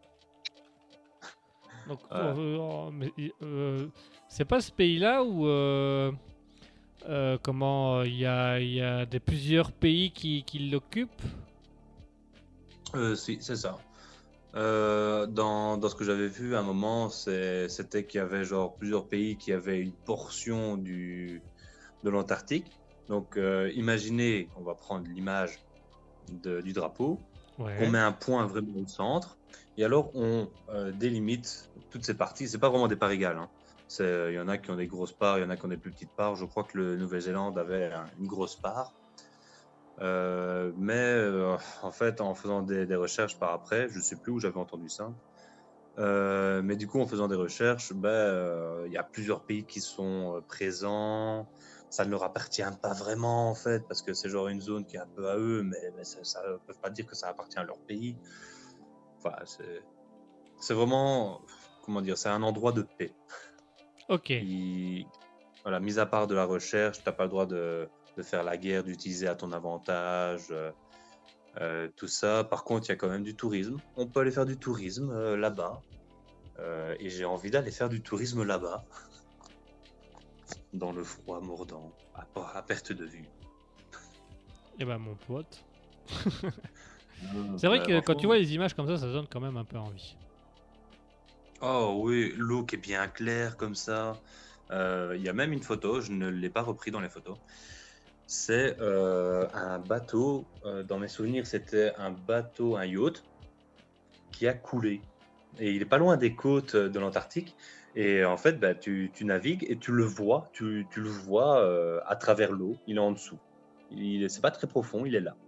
Donc, Voilà. euh, mais, euh, c'est pas ce pays-là où, euh, euh, comment, il y a, il y a des, plusieurs pays qui, qui l'occupent? Euh, si, c'est ça. Euh, dans, dans ce que j'avais vu à un moment, c'est- c'était qu'il y avait genre plusieurs pays qui avaient une portion du, de l'Antarctique. Donc, euh, imaginez, on va prendre l'image de- du drapeau. Ouais. On met un point vraiment au centre et alors on euh, délimite toutes ces parties. C'est pas vraiment des parts égales, hein. C'est- Il y en a qui ont des grosses parts, il y en a qui ont des plus petites parts. Je crois que le Nouvelle-Zélande avait un- une grosse part. Euh, mais euh, en fait, en faisant des, des recherches par après, je sais plus où j'avais entendu ça. Euh, mais du coup, en faisant des recherches, ben, euh, il y a plusieurs pays qui sont euh, présents. Ça ne leur appartient pas vraiment en fait, parce que c'est genre une zone qui est un peu à eux, mais, mais ça, ça ne peut pas dire que ça appartient à leur pays. Enfin, c'est, c'est vraiment, comment dire, c'est un endroit de paix. Ok. Il- voilà, mis à part de la recherche, tu n'as pas le droit de, de faire la guerre, d'utiliser à ton avantage, euh, euh, tout ça. Par contre, il y a quand même du tourisme. On peut aller faire du tourisme euh, là-bas. Euh, et j'ai envie d'aller faire du tourisme là-bas. Dans le froid mordant, à, à perte de vue. Eh ben, mon pote. C'est vrai que quand tu vois les images comme ça, ça donne quand même un peu envie. Oh oui, l'eau qui est bien claire comme ça. Euh, Il y a même une photo, je ne l'ai pas repris dans les photos. C'est euh, un bateau, euh, dans mes souvenirs, c'était un bateau, un yacht, qui a coulé. Et il est pas loin des côtes de l'Antarctique. Et en fait, bah, tu, tu navigues et tu le vois, tu, tu le vois euh, à travers l'eau. Il est en dessous. Il est, c'est pas très profond, il est là.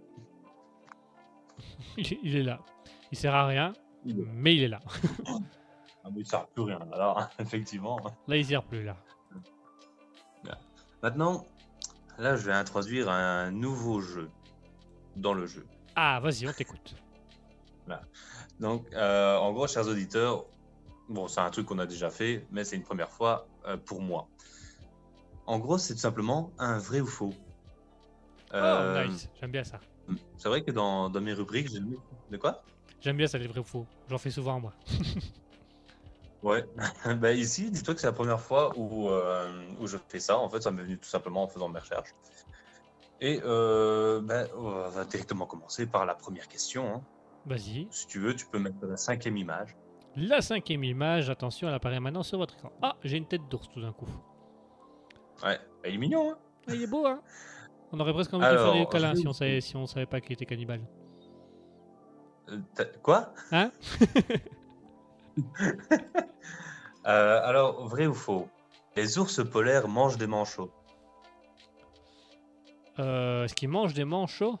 Il il est là. Il sert à rien, Il est- mais il est là. Ah, mais il sert plus rien. Alors, effectivement. Là, il sert plus là. Maintenant, là, je vais introduire un nouveau jeu dans le jeu. Ah, vas-y, on t'écoute. Donc, euh, en gros, chers auditeurs, bon, c'est un truc qu'on a déjà fait, mais c'est une première fois euh, pour moi. en gros, c'est tout simplement un vrai ou faux. Oh, Euh, nice. J'aime bien ça. C'est vrai que dans, dans mes rubriques, j'ai mis... De quoi? J'aime bien ça, les vrais ou faux. J'en fais souvent, moi. Ouais. Bah, ici, dis-toi que c'est la première fois où, euh, où je fais ça. En fait, ça m'est venu tout simplement en faisant mes recherches. Et euh, bah, on va directement commencer par la première question. Hein. Vas-y. Si tu veux, tu peux mettre la cinquième image. La cinquième image, attention, elle apparaît maintenant sur votre écran. Ah, j'ai une tête d'ours tout d'un coup. Ouais, bah, il est mignon, hein? Ah, il est beau, hein. On aurait presque envie de faire Alors, des câlins je- si on savait, si on savait pas qu'il était cannibale. Euh, t'as- Quoi? Hein? Euh, alors, vrai ou faux? Les ours polaires mangent des manchots. euh, Est-ce qu'il mange des manchots?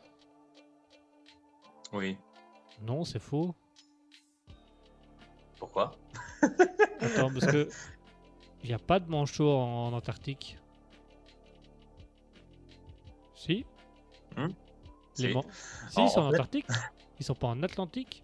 Oui. Non, c'est faux. Pourquoi? Attends, parce que il n'y a pas de manchots en, en Antarctique. Si? Hmm Les Si. man- Si, En- ils sont en en fait- Antarctique. Ils sont pas en Atlantique.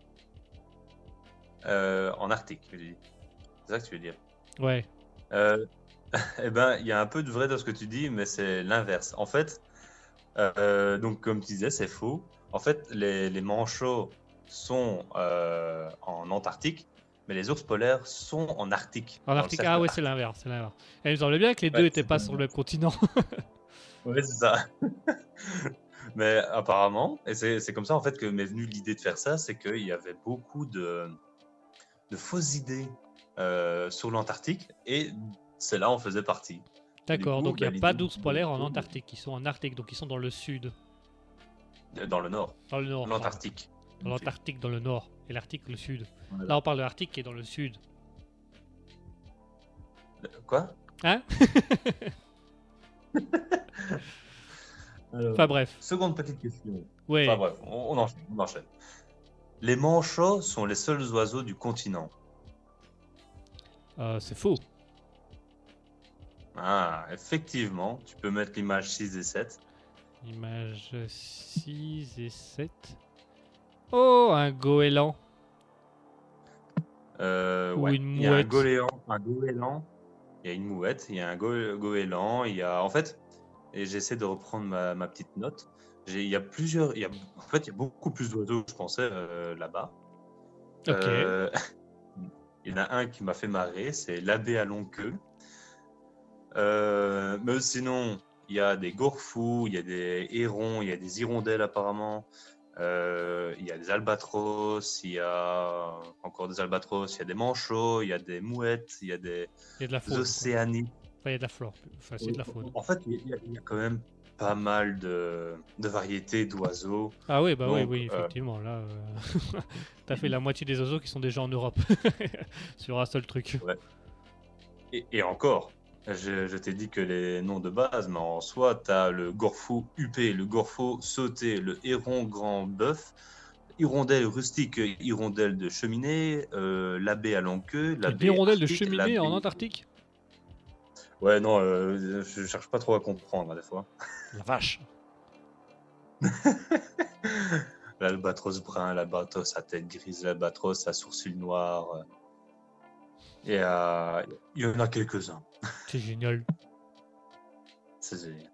Euh, en Arctique, je dis. C'est ça que tu veux dire. Ouais. Euh, eh ben, il y a un peu de vrai dans ce que tu dis, mais c'est l'inverse. En fait, euh, donc comme tu disais, c'est faux. En fait, les, les manchots sont euh, en Antarctique, mais les ours polaires sont en Arctique. En dans le Arctique. cercle Ah ouais, c'est l'inverse, c'est l'inverse. Et il me semblait bien que les Ouais, deux étaient c'est pas bien. sur le même continent. Ouais, c'est ça. Mais apparemment, et c'est c'est comme ça en fait que m'est venue l'idée de faire ça, c'est qu'il y avait beaucoup de, de fausses idées euh, sur l'Antarctique, et celle-là en faisait partie. D'accord, coup, donc il bah, n'y a pas l'idée d'ours de- polaires en Antarctique. Ils sont en Arctique, donc ils sont dans le sud. Dans le nord, Dans le nord. pardon. l'Antarctique. Dans l'Antarctique, dans le nord. Et l'Arctique, le sud. Voilà. Là, on parle de l'Arctique qui est dans le sud. Quoi? Hein? Alors, Enfin bref. seconde petite question. Ouais. Enfin bref, on, on enchaîne, on enchaîne. Les manchots sont les seuls oiseaux du continent. Euh, c'est faux. Ah, effectivement, tu peux mettre l'image six et sept. Image six et sept. Oh, un goéland. Euh, Ou ouais. une Il y a un mouette. goéland, un goéland, il y a une mouette, il y a un go- goéland, il y a... En fait, et j'essaie de reprendre ma, ma petite note, j'ai- il y a plusieurs... Il y a... En fait, il y a beaucoup plus d'oiseaux que je pensais euh, là-bas. Ok. Euh, il y en a un qui m'a fait marrer, c'est l'abbé à longue queue. Euh, mais sinon, il y a des gorfous, il y a des hérons, il y a des hirondelles apparemment. Euh, il y a des albatros, il y a encore des albatros, il y a des manchots, il y a des mouettes, il y a des Il y a de la faune. quoi. océaniques. Enfin, il y a de la flore. Enfin, c'est de la faune. En fait, il y, a, il y a quand même pas mal de, de variétés d'oiseaux. Ah oui, bah oui, Donc, oui, euh, effectivement. Là, euh, t'as fait la moitié des oiseaux qui sont déjà en Europe. Sur un seul truc. Et, et encore, je, je t'ai dit que les noms de base, mais en soi, tu as le gorfou huppé, le gorfou sauté, le héron grand bœuf, hirondelle rustique, hirondelle de cheminée, euh, l'abbé à longue queue, Une l'abbé hirondelle de arctique, cheminée l'abbé- en Antarctique? Ouais, non, euh, je cherche pas trop à comprendre, hein, des fois. La vache. L'albatros brun, l'albatros à tête grise, l'albatros à sourcils noirs. euh, Et euh, il y en a quelques-uns. C'est génial. C'est génial.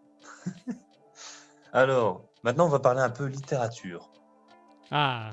Alors, maintenant, on va parler un peu littérature. Ah,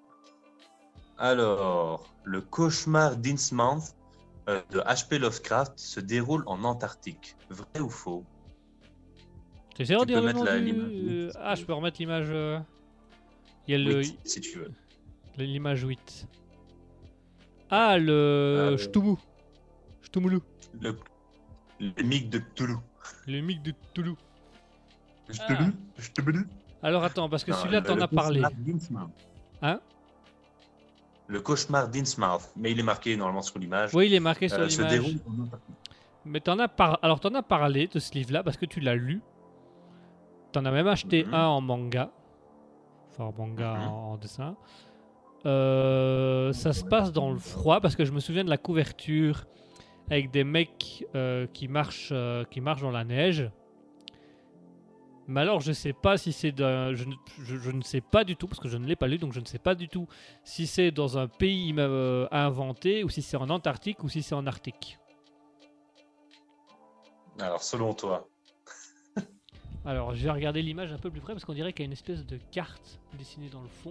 Alors, le cauchemar d'Innsmouth euh, de H P Lovecraft se déroule en Antarctique. Vrai ou faux? tu sais redire peux le mettre nom la- du... l'image. Ah, je peux remettre l'image... euh, Il y a le... Oui, si tu veux. l'image huit. Ah, le... Euh, Ch'toumou. Ch'toumoulou. Le, le mythe de Cthulhu. Le mythe de Toulouse. Je Ah. te lu, je te lu. Alors attends, parce que Non, celui-là, le- t'en le as parlé. cauchemar d'Innsmouth. Hein? Le cauchemar d'Innsmouth, mais il est marqué normalement sur l'image. Oui, il est marqué sur euh, se l'image. déroule en Antarctique. Mais t'en as par... Alors t'en as parlé de ce livre-là parce que tu l'as lu. T'en as même acheté Mhm. un en manga. Enfin, en manga Mhm. en, en dessin. Euh, ça se passe dans le froid parce que je me souviens de la couverture avec des mecs euh, qui marchent, euh, qui marchent dans la neige. Mais alors je sais pas si c'est d'un... Je, ne- je- je ne sais pas du tout parce que je ne l'ai pas lu, donc je ne sais pas du tout si c'est dans un pays euh, inventé ou si c'est en Antarctique ou si c'est en Arctique. Alors, selon toi, Alors, je vais regarder l'image un peu plus près parce qu'on dirait qu'il y a une espèce de carte dessinée dans le fond.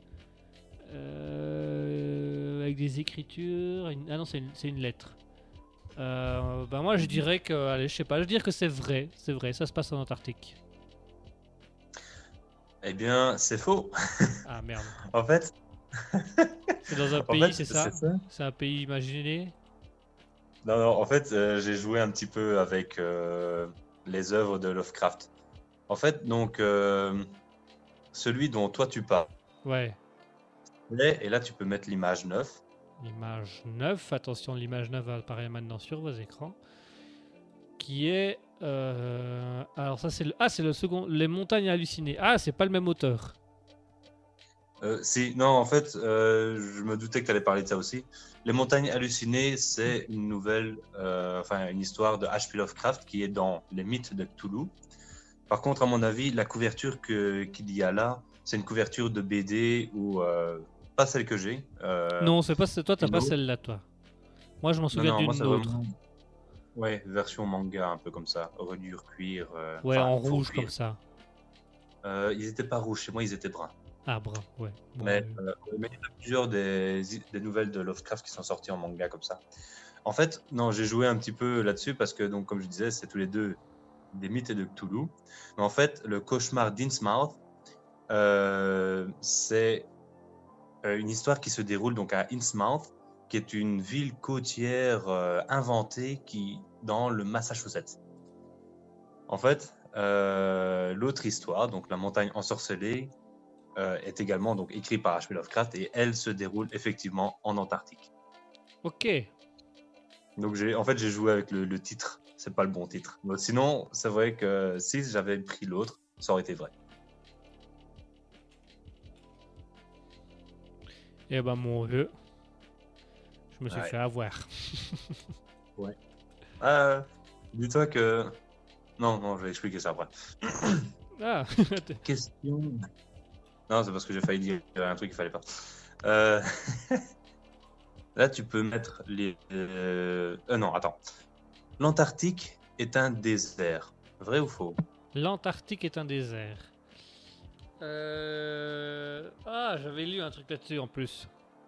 Euh, avec des écritures. une- Ah non, c'est une, c'est une lettre. Euh, bah moi, je dirais que, allez, je sais pas, je dirais que c'est vrai, c'est vrai, ça se passe en Antarctique. Eh bien, c'est faux. Ah merde. En fait, C'est dans un en pays, fait, c'est ça ça. C'est un pays imaginé. Non, non, en fait, euh, j'ai joué un petit peu avec euh, les œuvres de Lovecraft. En fait, donc, euh, celui dont toi tu parles, Ouais. et là tu peux mettre l'image neuf. L'image neuf, attention, l'image neuf apparaît maintenant sur vos écrans. Qui est. euh, Alors, ça, c'est le. Ah, c'est le second. Les montagnes hallucinées. Ah, c'est pas le même auteur. Euh, si, non, en fait, euh, je me doutais que tu allais parler de ça aussi. Les montagnes hallucinées, c'est une nouvelle, euh, enfin, une histoire de H P Lovecraft qui est dans les mythes de Cthulhu. Par contre, à mon avis, la couverture que, qu'il y a là, c'est une couverture de B D ou euh, pas celle que j'ai. euh, Non, c'est pas. c'est- Toi, t'as une pas autre. celle-là, toi. Moi, je m'en non, souviens non, moi, d'une c'est autre. vraiment- Ouais, version manga, un peu comme ça, reliure cuir. euh, Ouais, enfin, en faux rouge cuir. comme ça. Euh, ils étaient pas rouges, chez moi, ils étaient bruns. Ah, brun, ouais. Bon, Mais, euh, euh, mais il y a plusieurs des, des nouvelles de Lovecraft qui sont sorties en manga comme ça. En fait, non, j'ai joué un petit peu là-dessus parce que, donc, comme je disais, c'est tous les deux des mythes et de Cthulhu. Mais en fait, le cauchemar d'Innsmouth, euh, c'est euh, une histoire qui se déroule donc à Innsmouth, qui est une ville côtière euh, inventée qui, dans le Massachusetts. En fait, euh, l'autre histoire, donc la montagne ensorcelée, euh, est également donc écrite par H P Lovecraft et elle se déroule effectivement en Antarctique. Ok. Donc j'ai, en fait, j'ai joué avec le, le titre. C'est pas le bon titre. Mais sinon, c'est vrai que si j'avais pris l'autre, ça aurait été vrai. Eh ben, mon vieux. Je me suis Ouais. fait avoir. Euh, dis-toi que non, non, je vais expliquer ça après. Ah, Question. Non, c'est parce que j'ai failli dire un truc qu'il fallait pas. Euh, Là, tu peux mettre les. Euh... euh, non, attends. L'Antarctique est un désert. Vrai ou faux? l'Antarctique est un désert. Euh... Ah, j'avais lu un truc là-dessus en plus.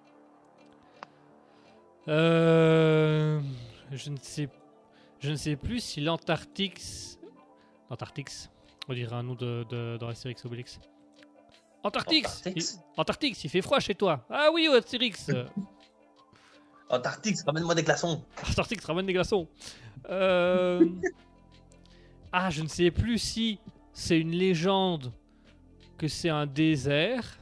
Euh... Je ne sais, je ne sais plus si l'Antarctique, l'Antarctique, on dirait un nom de, de dans Astérix Obélix. Antarctique, Antarctique. il... Antarctique, il fait froid chez toi. Ah oui, Astérix. Euh, Antarctique, ramène-moi des glaçons. Antarctique, ça ramène des glaçons. Euh... Ah, je ne sais plus si c'est une légende que c'est un désert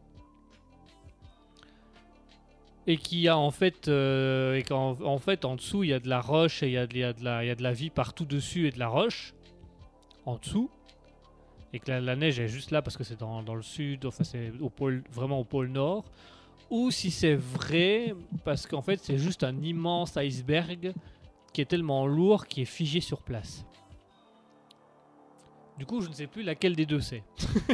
et qu'il y a en fait euh, et qu'en en fait en dessous il y a de la roche et il y a de, il y a de la il y a de la vie partout dessus et de la roche en dessous et que la, la neige est juste là parce que c'est dans, dans le sud, enfin c'est au pôle, vraiment au pôle nord, ou si c'est vrai parce qu'en fait c'est juste un immense iceberg qui est tellement lourd qui est figé sur place. Du coup, je ne sais plus laquelle des deux c'est.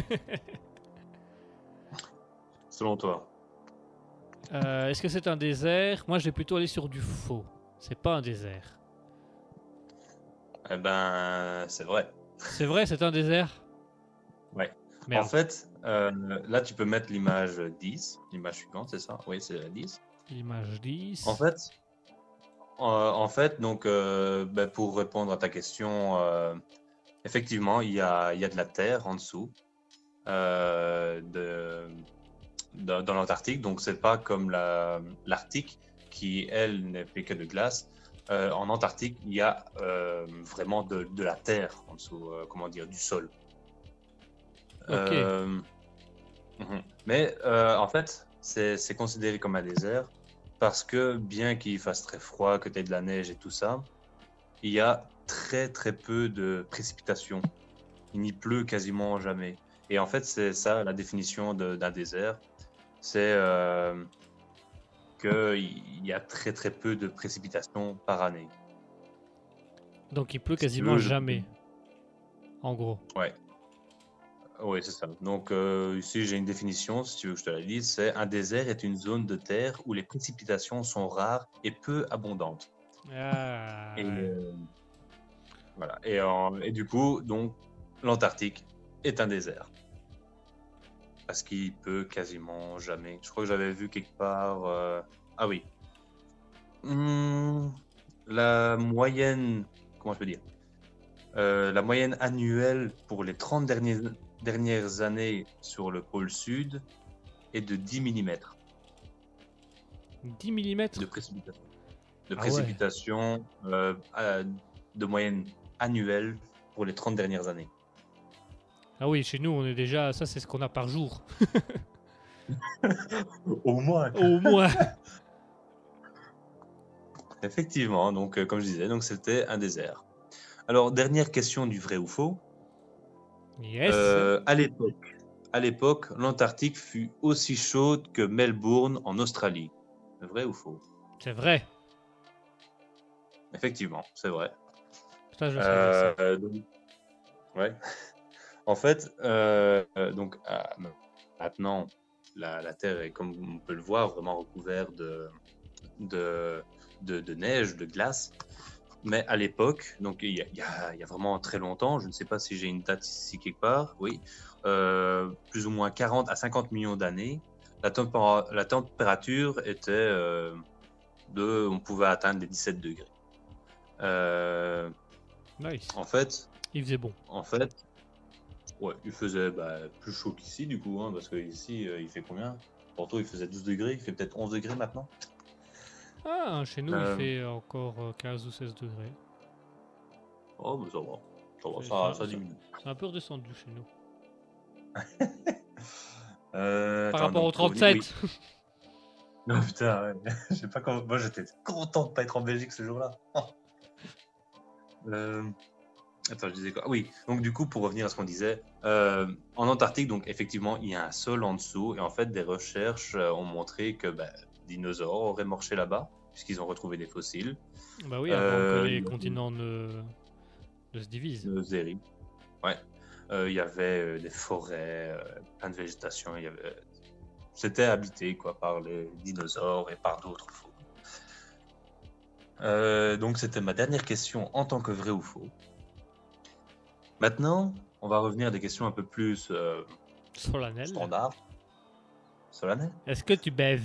Selon toi. Euh, Est-ce que c'est un désert? Moi, je vais plutôt aller sur du faux. C'est pas un désert. Eh ben, c'est vrai. C'est vrai, c'est un désert? Ouais. Merde. En fait, euh, là, tu peux mettre l'image dix, l'image suivante, c'est ça? Oui, c'est la dix. L'image dix. En fait, euh, en fait, donc, euh, ben, pour répondre à ta question, euh, effectivement, il y a, il y a de la terre en dessous euh, de, dans, dans l'Antarctique. Donc, c'est pas comme la, l'Arctique qui, elle, n'est fait que de glace. Euh, en Antarctique, il y a euh, vraiment de, de la terre en dessous, euh, comment dire, du sol. Ok. Euh, mhm. Mais euh, en fait, c'est c'est considéré comme un désert parce que bien qu'il fasse très froid, que tu aies de la neige et tout ça, il y a très très peu de précipitations. Il n'y pleut quasiment jamais. Et en fait, c'est ça la définition de- d'un désert. C'est euh, qu'il y a très très peu de précipitations par année. Donc, il pleut Si tu quasiment veux, je- jamais. En gros. Ouais. Oui, c'est ça. Donc, euh, ici, j'ai une définition, si tu veux que je te la lise. C'est un désert est une zone de terre où les précipitations sont rares et peu abondantes. Ah, Et, ouais. euh, voilà. Et, en- et du coup, donc, l'Antarctique est un désert. Parce qu'il peut quasiment jamais. Je crois que j'avais vu quelque part. euh, Ah oui. Hmm, La moyenne. Comment je peux dire? Euh, la moyenne annuelle pour les trente dernières, dernières années sur le pôle sud est de dix millimètres dix millimètres. de précipitation. De Ah ouais. précipitation euh, à- de moyenne annuelle pour les trente dernières années. Ah oui, chez nous, on est déjà. Ça, c'est ce qu'on a par jour. Au moins. Au moins. Effectivement, donc euh, comme je disais, donc c'était un désert. Alors, dernière question du vrai ou faux. Yes. Euh, à l'époque, à l'époque, l'Antarctique fut aussi chaude que Melbourne en Australie. Vrai ou faux? C'est vrai. Effectivement, c'est vrai. Ça, je savais ça. Euh, donc- ouais. En fait, euh, euh, donc euh, maintenant, la, la Terre est, comme on peut le voir, vraiment recouverte de, de, de, de neige, de glace. Mais à l'époque, donc il y, a, il y a- il y a vraiment très longtemps, je ne sais pas si j'ai une date ici quelque part, oui, euh, plus ou moins quarante à cinquante millions d'années, la, tempéra- la température était euh, de, on pouvait atteindre les dix-sept degrés. Euh, Nice. en fait, Il faisait bon. en fait, ouais, il faisait bah, plus chaud qu'ici du coup, hein, parce que ici, euh, il fait combien? Porto, il faisait douze degrés, il fait peut-être onze degrés maintenant. Ah, chez nous, Euh. il fait encore euh, quinze ou seize degrés. Oh, mais ça va, ça va, C'est- ça, ça- ça diminue. C'est un peu redescendu chez nous. Euh, Par attends, rapport au donc, pour venir- trente-sept. oui. Non, putain, ouais. Je sais pas comment. Moi, j'étais content de pas être en Belgique ce jour-là. Oh. Euh, Attends, je disais quoi? Oui, donc du coup, pour revenir à ce qu'on disait, euh, en Antarctique, donc effectivement, il y a un sol en dessous, et en fait, des recherches euh, ont montré que bah, des dinosaures auraient marché là-bas, puisqu'ils ont retrouvé des fossiles Bah oui, avant Euh, que les il y a- continents ne, ne se divisent. de Zéry. Ouais. Euh, Il y avait euh, des forêts, euh, plein de végétation, il y avait... C'était habité quoi, par les dinosaures et par d'autres faunes. Euh, donc c'était ma dernière question en tant que vrai ou faux. Maintenant, on va revenir à des questions un peu plus euh, Solennel. standards. Solennelles. Est-ce que tu baises?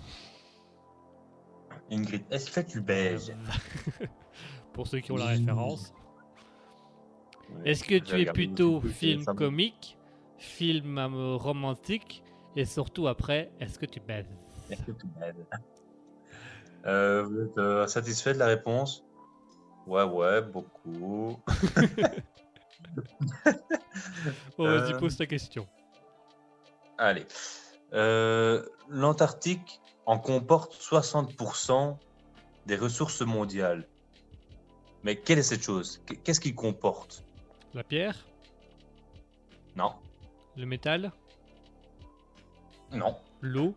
Ingrid, est-ce que tu baises? Pour ceux qui ont la Oui. référence. Ouais, Est-ce que j'ai tu es regardé plutôt YouTube, film ça me- comique, film euh, romantique, et surtout après, est-ce que tu baises? Est-ce que tu baises? Euh, vous êtes euh, satisfait de la réponse? Ouais, ouais, beaucoup. Oh, vas-y, Euh. pose ta question. Allez. Euh, L'Antarctique en comporte soixante pour cent des ressources mondiales. Mais quelle est cette chose? Qu- Qu'est-ce qu'il comporte? La pierre? Non, Le métal? non. L'eau?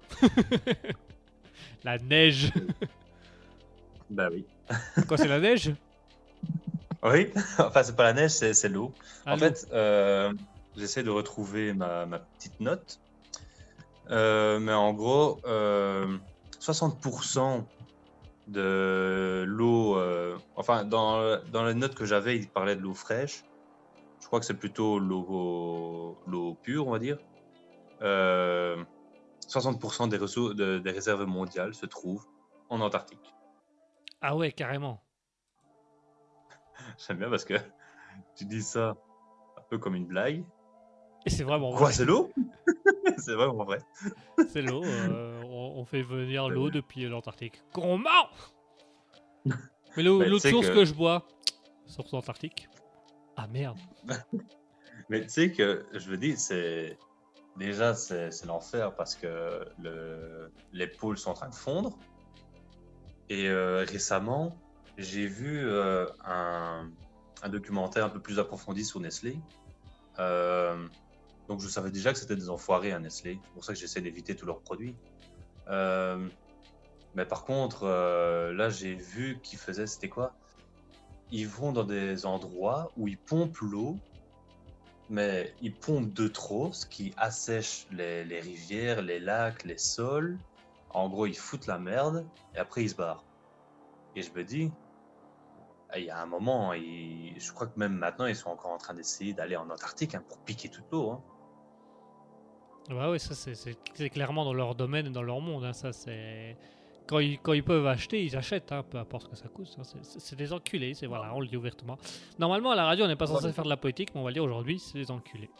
La neige? Bah oui. Quoi, c'est la neige? Oui, enfin c'est pas la neige, c'est c'est l'eau. Ah, En l'eau. fait, euh, j'essaie de retrouver ma, ma petite note. Euh, mais en gros, euh, soixante pour cent de l'eau, euh, enfin dans, dans les notes que j'avais, il parlait de l'eau fraîche. Je crois que c'est plutôt l'eau l'eau pure, on va dire. Euh, soixante pour cent des, ressources, de- des réserves mondiales se trouvent en Antarctique. Ah ouais, carrément. J'aime bien parce que tu dis ça un peu comme une blague. Et c'est vraiment Quoi, vrai. c'est l'eau? C'est vraiment vrai. C'est l'eau. euh, on, on fait venir l'eau depuis l'Antarctique. Comment? Mais l'eau- Mais tu l'autre sais source que- que... je bois, source Antarctique. Ah merde. Mais tu sais que, je veux dire, c'est. Déjà, c'est c'est l'enfer parce que le... les pôles sont en train de fondre. Et euh, récemment, j'ai vu euh, un... un documentaire un peu plus approfondi sur Nestlé. Euh, Donc, je savais déjà que c'était des enfoirés, à Nestlé. C'est pour ça que j'essaie d'éviter tous leurs produits. Euh, Mais par contre, euh, là, j'ai vu qu'ils faisaient. C'était quoi? Ils vont dans des endroits où ils pompent l'eau, mais ils pompent de trop, ce qui assèche les, les rivières, les lacs, les sols. En gros, ils foutent la merde et après ils se barrent. Et je me dis, il y a un moment, ils- je crois que même maintenant, ils sont encore en train d'essayer d'aller en Antarctique hein, pour piquer toute l'eau. Hein. Bah ouais, ça c'est- c'est c'est clairement dans leur domaine et dans leur monde. Hein, ça c'est quand ils, quand ils peuvent acheter, ils achètent, hein, peu importe ce que ça coûte. Hein, c'est- c'est c'est des enculés, c'est voilà, on le dit ouvertement. Normalement à la radio, on n'est pas censé Ouais. faire de la politique, mais on va le dire aujourd'hui, c'est des enculés.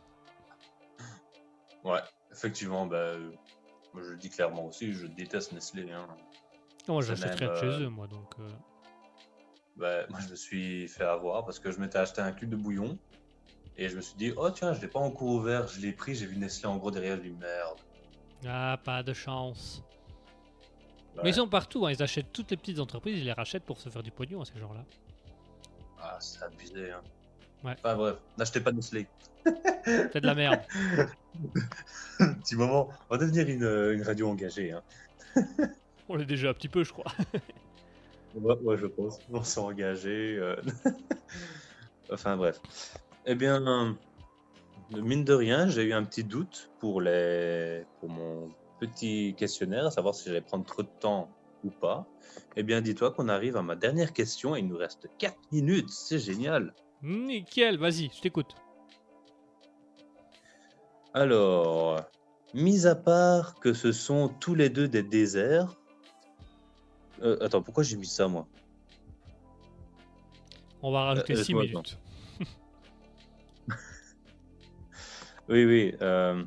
Ouais, effectivement, bah, euh, moi, je le dis clairement aussi, je déteste Nestlé. Hein. Moi, C'est j'achète rien même, de chez euh, eux, moi, donc. euh, Bah, moi, je me suis fait avoir parce que je m'étais acheté un cube de bouillon et je me suis dit, oh tiens, je l'ai pas encore ouvert, je l'ai pris, j'ai vu Nestlé en gros derrière, du merde. Ah, pas de chance. Ouais. Mais ils sont partout, hein, ils achètent toutes les petites entreprises, ils les rachètent pour se faire du pognon, hein, ces gens-là. Ah, c'est abusé. Hein. Ouais. Enfin bref, n'achetez pas Nestlé. C'est de la merde. Petit moment, on va devenir une, euh, une radio engagée. Hein. On l'est déjà un petit peu, je crois. Ouais, ouais, je pense. On s'est engagé. euh. Enfin bref. Eh bien, euh, mine de rien, j'ai eu un petit doute pour, les... pour mon petit questionnaire, à savoir si j'allais prendre trop de temps ou pas. Eh bien, dis-toi qu'on arrive à ma dernière question et il nous reste quatre minutes. C'est génial. Nickel, vas-y, je t'écoute. Alors, mis à part que ce sont tous les deux des déserts. Euh, attends, pourquoi j'ai mis ça moi? On va rajouter Euh, six laisse-moi minutes. Oui, oui. euh,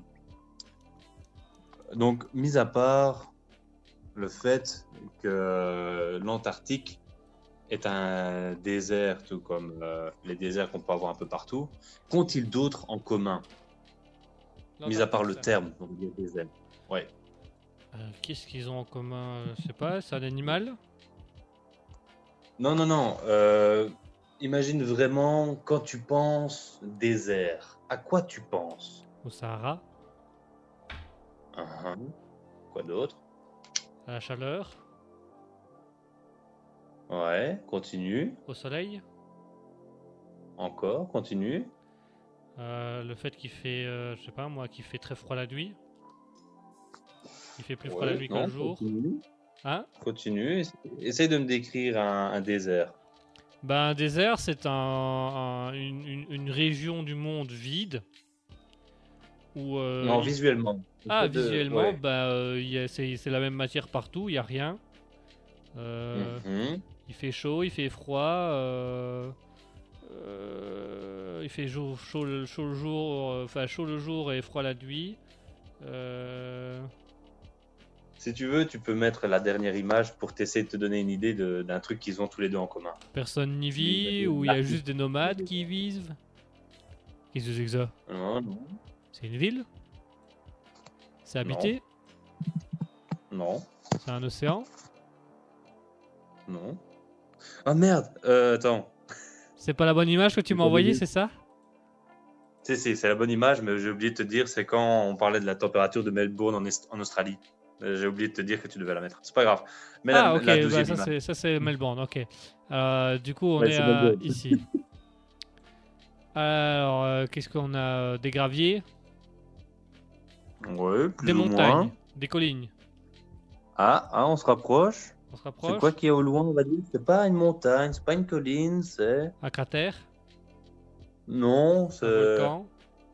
Donc, mis à part le fait que l'Antarctique est un désert, tout comme euh, les déserts qu'on peut avoir un peu partout, qu'ont-ils d'autres en commun? Mis à part le terme, donc les déserts. Ouais. Euh, Qu'est-ce qu'ils ont en commun? euh, Je sais pas, c'est un animal? Non, non, non. euh, Imagine vraiment quand tu penses désert. À quoi tu penses? Au Sahara? Uhum. Quoi d'autre? À la chaleur? Ouais, continue. Au soleil? Encore, continue. Euh, le fait qu'il fait, euh, je sais pas moi, qu'il fait très froid la nuit? Il fait plus froid Ouais, la nuit que non, le jour? Continue. Hein? Continue. Essaye de me décrire un, un désert. Ben, un désert, c'est un, un- une, une- une région du monde vide. Où, euh, non, il- visuellement. Ah, De- visuellement, ouais. bah, euh, il y a- c'est c'est la même matière partout, il n'y a rien. Euh, Mhm. Il fait chaud, il fait froid. euh, euh, il fait jour, chaud, le- chaud le jour, euh, enfin chaud le jour et froid la nuit. Euh, Si tu veux, tu peux mettre la dernière image pour t'essayer de te donner une idée de- d'un truc qu'ils ont tous les deux en commun. personne n'y vit, Il- ou il y a juste des nomades qui y vivent. Qu'est-ce que c'est que ça? Non, non. C'est une ville? C'est habité? Non, C'est un océan? non. Ah merde, euh, attends. C'est pas la bonne image que tu C'est m'as pas envoyée, devenu. c'est ça? Si, si, c'est la bonne image, mais j'ai oublié de te dire, c'est quand on parlait de la température de Melbourne en, Est- en Australie. Euh, J'ai oublié de te dire que tu devais la mettre. C'est pas grave. Mais Ah, la, ok, la bah, deuxième ça image. c'est ça, c'est Melbourne, ok. Euh, du coup, on Ouais, est c'est à- Melbourne. ici. Alors, euh, qu'est-ce qu'on a? Des graviers, Ouais, plus des ou montagnes, moins. des collines. Ah, ah, on se rapproche. On se C'est rapproche. quoi qui est au loin, on va dire? C'est pas une montagne, c'est pas une colline, c'est... Un cratère, Non, un c'est... volcan.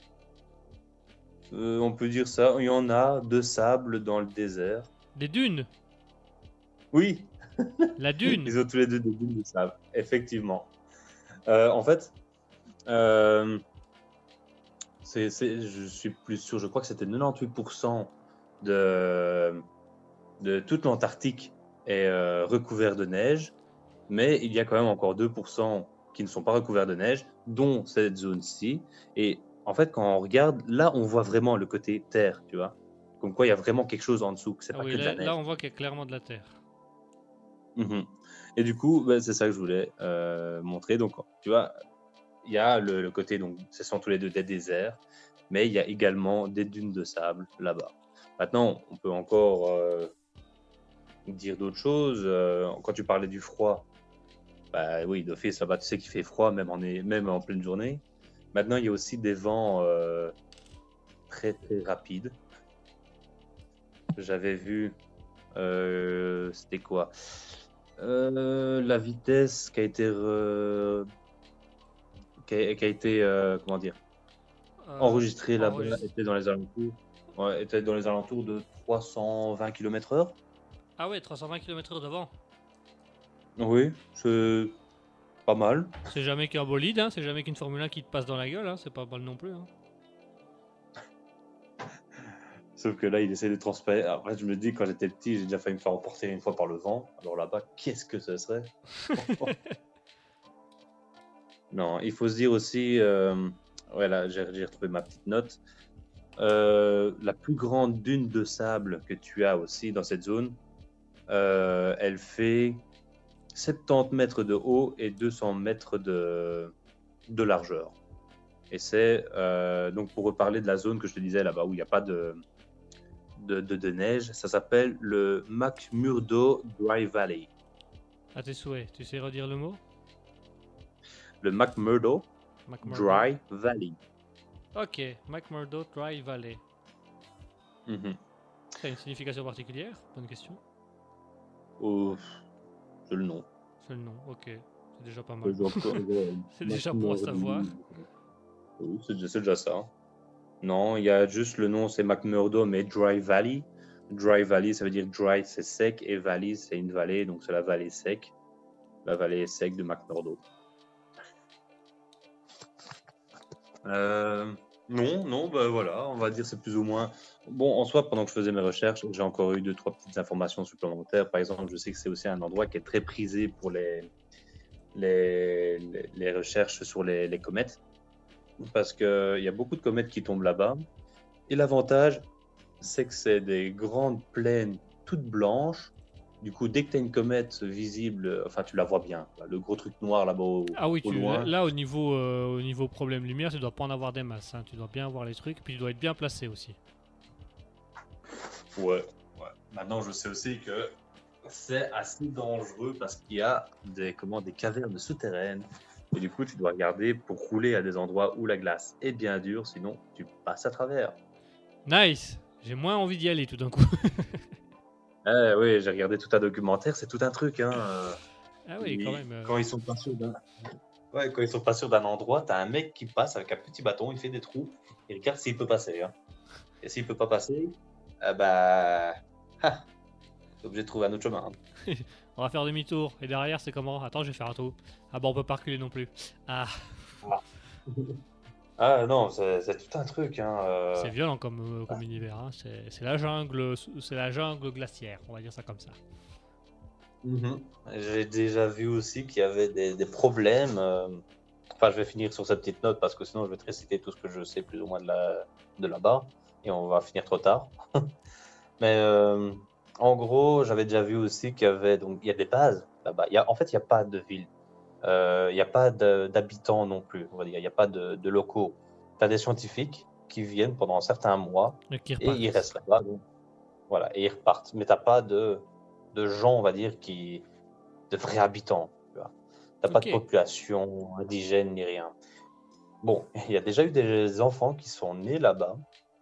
euh, on peut dire ça. Il y en a de sable dans le désert. Des dunes. Oui, La dune. ils ont tous les deux des dunes de sable, effectivement. Euh, en fait, euh, c'est, c'est- je suis plus sûr, je crois que c'était quatre-vingt-dix-huit pour cent de, de toute l'Antarctique est euh, recouvert de neige, mais il y a quand même encore deux pour cent qui ne sont pas recouverts de neige, dont cette zone-ci. Et en fait, quand on regarde, là, on voit vraiment le côté terre, tu vois. Comme quoi, il y a vraiment quelque chose en dessous, que c'est Ah pas oui, que de là, la neige. là, on voit qu'il y a clairement de la terre. Mhm. Et du coup, bah, c'est ça que je voulais euh, montrer. Donc, tu vois, il y a le, le côté, donc, ce sont tous les deux des déserts, mais il y a également des dunes de sable là-bas. Maintenant, on peut encore euh, dire d'autres choses. Euh, quand tu parlais du froid, bah oui, d'office, là-bas, tu sais qu'il fait froid, même en, même en pleine journée. Maintenant, il y a aussi des vents euh, très, très rapides. J'avais vu, euh, c'était quoi? Euh, la vitesse qui a été, re- qui a, qui a été euh, comment dire, Euh, enregistrée là-bas enregistré. était dans les alentours, ouais, était dans les alentours de trois cent vingt kilomètres heure. Ah ouais, trois cent vingt kilomètres heure devant. Oui, c'est pas mal. C'est jamais qu'un bolide, hein, c'est jamais qu'une Formule un qui te passe dans la gueule, hein, c'est pas mal non plus. Hein. Sauf que là, il essaie de transférer. Après, je me dis, quand j'étais petit, j'ai déjà failli me faire emporter une fois par le vent. Alors là-bas, qu'est-ce que ce serait? Non, il faut se dire aussi, euh, ouais, là, j'ai j'ai retrouvé ma petite note. Euh, la plus grande dune de sable que tu as aussi dans cette zone, euh, elle fait soixante-dix mètres de haut et deux cents mètres de, de largeur. Et c'est, euh, donc pour reparler de la zone que je te disais là-bas, où il n'y a pas de, de, de, de neige, ça s'appelle le McMurdo Dry Valley. À tes souhaits, tu sais redire le mot Le McMurdo McMurdo. Dry Valley. Ok, McMurdo Dry Valley. Mhm. Ça a une signification particulière? Bonne question. Oh, c'est le nom. C'est le nom, ok. C'est déjà pas mal. C'est C'est déjà bon à savoir. Oui, c'est déjà, c'est déjà ça. Non, il y a juste le nom, c'est McMurdo, mais Dry Valley. Dry Valley, ça veut dire dry, c'est sec, et valley, c'est une vallée, donc c'est la vallée sec. La vallée sec de McMurdo. Euh, non, non, bah voilà, on va dire c'est plus ou moins. Bon, en soi, pendant que je faisais mes recherches, j'ai encore eu deux, trois petites informations supplémentaires. Par exemple, je sais que c'est aussi un endroit qui est très prisé pour les, les, les, les recherches sur les, les comètes. Parce qu'il y a beaucoup de comètes qui tombent là-bas. Et l'avantage, c'est que c'est des grandes plaines toutes blanches. Du coup, dès que tu as une comète visible, enfin, tu la vois bien. Le gros truc noir là-bas au, Ah oui, au tu, loin. là, là, au niveau, euh, au niveau problème lumière, tu dois pas en avoir des masses. Hein. Tu dois bien voir les trucs, puis tu dois être bien placé aussi. Ouais, ouais. Maintenant, je sais aussi que c'est assez dangereux parce qu'il y a des, comment, des cavernes souterraines. Et du coup, tu dois regarder pour rouler à des endroits où la glace est bien dure, sinon tu passes à travers. Nice. J'ai moins envie d'y aller tout d'un coup. Eh oui, j'ai regardé tout un documentaire, c'est tout un truc. Hein. euh, Ah oui, ils- quand même. euh, Quand ils sont pas sûrs d'un, ouais, quand ils sont pas sûrs d'un endroit, t'as un mec qui passe avec un petit bâton, il fait des trous, il regarde s'il peut passer. Hein. Et s'il peut pas passer, eh bah, ah, t'es obligé de trouver un autre chemin. Hein. On va faire demi-tour. Et derrière, c'est comment? Attends, je vais faire un trou. Ah bon, on peut pas reculer non plus. Ah, Ah non, c'est c'est tout un truc. Hein. euh, c'est violent comme, euh, comme univers. Hein. C'est c'est la jungle, c'est la jungle glaciaire. On va dire ça comme ça. Mhm. J'ai déjà vu aussi qu'il y avait des, des problèmes. euh, Enfin, je vais finir sur cette petite note parce que sinon je vais te réciter tout ce que je sais plus ou moins de là de là-bas et on va finir trop tard. Mais euh, en gros, j'avais déjà vu aussi qu'il y avait donc il y a des bases là-bas. Il y a, en fait, il n'y a pas de ville. Euh, il n'y a pas de- d'habitants non plus. On va dire, il n'y a pas de, de locaux. Tu as des scientifiques qui viennent pendant certains mois Et qui et repartent. ils restent là-bas. donc, Voilà, et ils repartent. Mais t'as pas de, de gens, on va dire, qui de vrais habitants. Tu vois. T'as pas Ok. de population indigène ni rien. Bon, il y a déjà eu des enfants qui sont nés là-bas.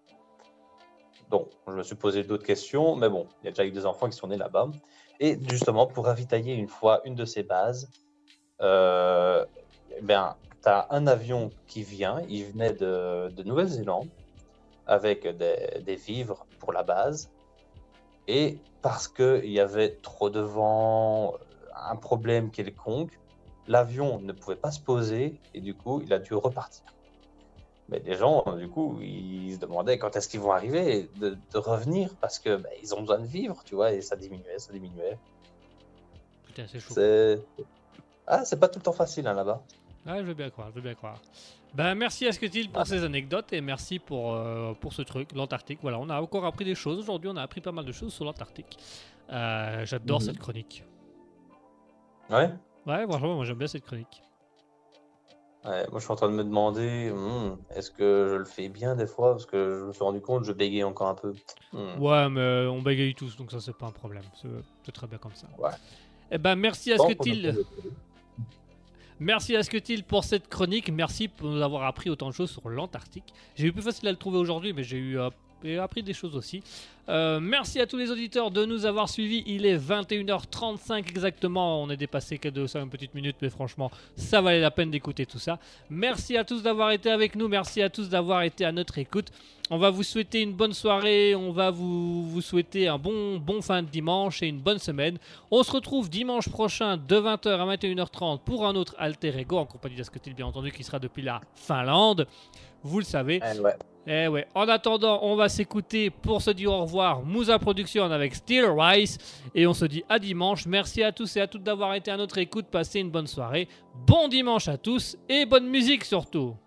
Donc, je me suis posé d'autres questions, mais bon, il y a déjà eu des enfants qui sont nés là-bas. Et justement, pour ravitailler une fois une de ces bases, euh, eh ben, tu as un avion qui vient, il venait de, de Nouvelle-Zélande, avec des, des vivres pour la base. Et parce qu'il y avait trop de vent, un problème quelconque, l'avion ne pouvait pas se poser et du coup, il a dû repartir. Mais les gens, du coup, ils se demandaient quand est-ce qu'ils vont arriver de, de revenir parce que ben, ils ont besoin de vivre, tu vois, et ça diminuait, ça diminuait. Putain, c'est chaud. C'est ah, c'est pas tout le temps facile hein, là-bas. Ah, je veux bien croire, je veux bien croire. Ben, merci à Asketil pour Ah. ces anecdotes et merci pour, euh, pour ce truc, l'Antarctique. Voilà, on a encore appris des choses. Aujourd'hui, on a appris pas mal de choses sur l'Antarctique. Euh, J'adore Mhm. cette chronique. Ouais. Ouais, franchement, moi j'aime bien cette chronique. Ouais, moi, je suis en train de me demander, hmm, est-ce que je le fais bien des fois parce que je me suis rendu compte, je bégayais encore un peu. Hmm. Ouais, mais euh, on bégaye tous, donc ça, c'est pas un problème. C'est c'est très bien comme ça. Ouais. Eh ben, merci à Bon, Asketil. Merci à Asketil pour cette chronique. Merci pour nous avoir appris autant de choses sur l'Antarctique. J'ai eu plus facile à le trouver aujourd'hui, mais j'ai eu, euh, j'ai appris des choses aussi. Euh, merci à tous les auditeurs de nous avoir suivis. Il est vingt et une heures trente-cinq exactement. On est dépassé que de cinq petites minutes, mais franchement, ça valait la peine d'écouter tout ça. Merci à tous d'avoir été avec nous. Merci à tous d'avoir été à notre écoute. On va vous souhaiter une bonne soirée. On va vous, vous souhaiter un bon, bon fin de dimanche et une bonne semaine. On se retrouve dimanche prochain de vingt heures à vingt et une heures trente pour un autre Alter Ego en compagnie d'Asketil, bien entendu, qui sera depuis la Finlande. Vous le savez. Eh ouais. Eh ouais. En attendant, on va s'écouter pour se dire au revoir. Mousa Production avec Steel Rice. Et on se dit à dimanche. Merci à tous et à toutes d'avoir été à notre écoute. Passez une bonne soirée. Bon dimanche à tous et bonne musique surtout.